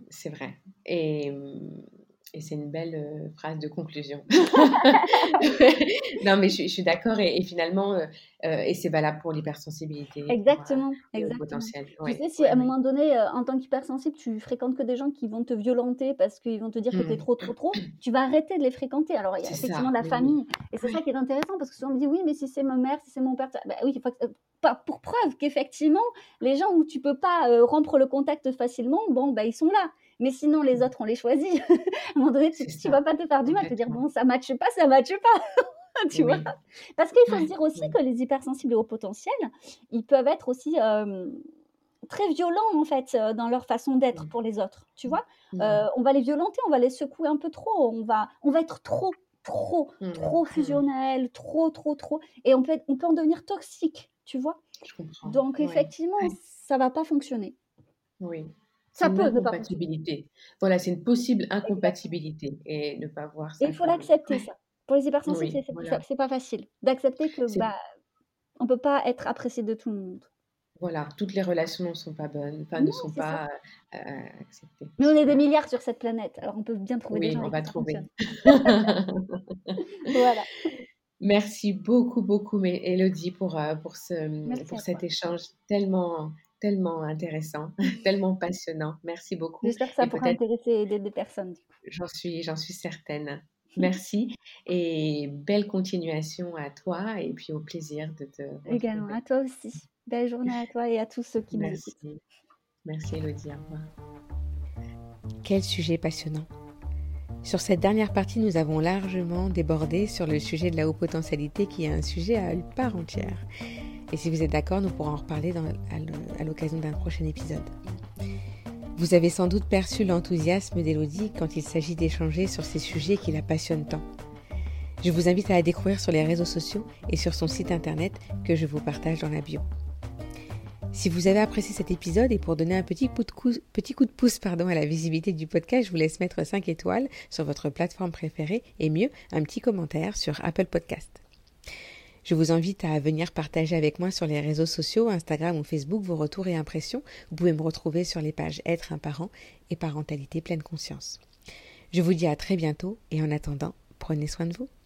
c'est vrai. Et, et c'est une belle euh, phrase de conclusion. Non, mais je, je suis d'accord. Et, et finalement, euh, euh, et c'est valable pour l'hypersensibilité, pour euh, Exactement, le haut exactement. potentiel. Tu Oui, sais, si oui, à un oui. moment donné, heu, en tant qu'hypersensible, tu fréquentes que des gens qui vont te violenter parce qu'ils vont te dire que tu es Mm. trop, trop, trop, tu vas arrêter de les fréquenter. Alors, il y a C'est effectivement ça, la mais oui. famille et c'est ça Oui, qui est intéressant parce que souvent on me dit: «Oui, mais si c'est ma mère, si c'est mon père», bah oui, il faut que, heu, pas pour preuve qu'effectivement, les gens où tu peux pas, heu, rompre le contact facilement, bon, bah, ils sont là. Mais sinon les autres, on les choisit. À un moment donné, tu c'est tu ça, vas pas te faire du mal, te dire: complètement. «Bon, ça matche pas, ça matche pas», tu vois? Oui, Parce qu'il faut se ouais, dire aussi oui. que les hypersensibles et hauts potentiels, ils peuvent être aussi, hem, très violents en fait, heu, dans leur façon d'être Mm. pour les autres, tu vois? Heu, Mm. on va les violenter, on va les secouer un peu trop, on va on va être trop, trop, Mm. trop Mm. fusionnel, trop, trop, trop et on peut être on peut en devenir toxique, tu vois? Je comprends. Donc Oui, effectivement, ouais, ça va pas fonctionner. oui. C'est Ça une peut ne pas fonctionner incompatibilité. Voilà, c'est une possible exactement incompatibilité et ne pas voir et ça il faut comme. l'accepter Ouais, ça. Pour les hypersensibles, oui, c'est c'est voilà. c'est pas facile d'accepter que, C'est bah, on peut pas être apprécié de tout le monde. Voilà, toutes les relations ne sont pas bonnes, enfin ne Non, sont c'est ça. pas euh, euh, acceptées. Mais on est des Super. milliards sur cette planète, alors on peut bien trouver des Oui, gens on avec va qui ça trouver. fonctionne. Voilà. Merci beaucoup, beaucoup, mais Élodie, pour, euh, pour, ce, Merci pour à cet toi. échange tellement, tellement intéressant, tellement passionnant. Merci beaucoup. J'espère que ça Et pourra peut-être, intéresser et aider des personnes, du coup. j'en suis, j'en suis certaine. Merci et belle continuation à toi et puis au plaisir de te Également retrouver. à toi aussi. Belle journée à toi et à tous ceux qui nous écoutent. Merci. Merci Élodie, au revoir. Quel sujet passionnant. Sur cette dernière partie, nous avons largement débordé sur le sujet de la haute potentialité qui est un sujet à part entière. Et si vous êtes d'accord, nous pourrons en reparler dans, à l'occasion d'un prochain épisode. Vous avez sans doute perçu l'enthousiasme d'Élodie quand il s'agit d'échanger sur ces sujets qui la passionnent tant. Je vous invite à la découvrir sur les réseaux sociaux et sur son site internet que je vous partage dans la bio. Si vous avez apprécié cet épisode et pour donner un petit coup de, coup, petit coup de pouce pardon, à la visibilité du podcast, je vous laisse mettre cinq étoiles sur votre plateforme préférée et mieux, un petit commentaire sur Apple Podcast. Je vous invite à venir partager avec moi sur les réseaux sociaux, Instagram ou Facebook, vos retours et impressions. Vous pouvez me retrouver sur les pages Être un parent et Parentalité pleine conscience. Je vous dis à très bientôt et en attendant, prenez soin de vous.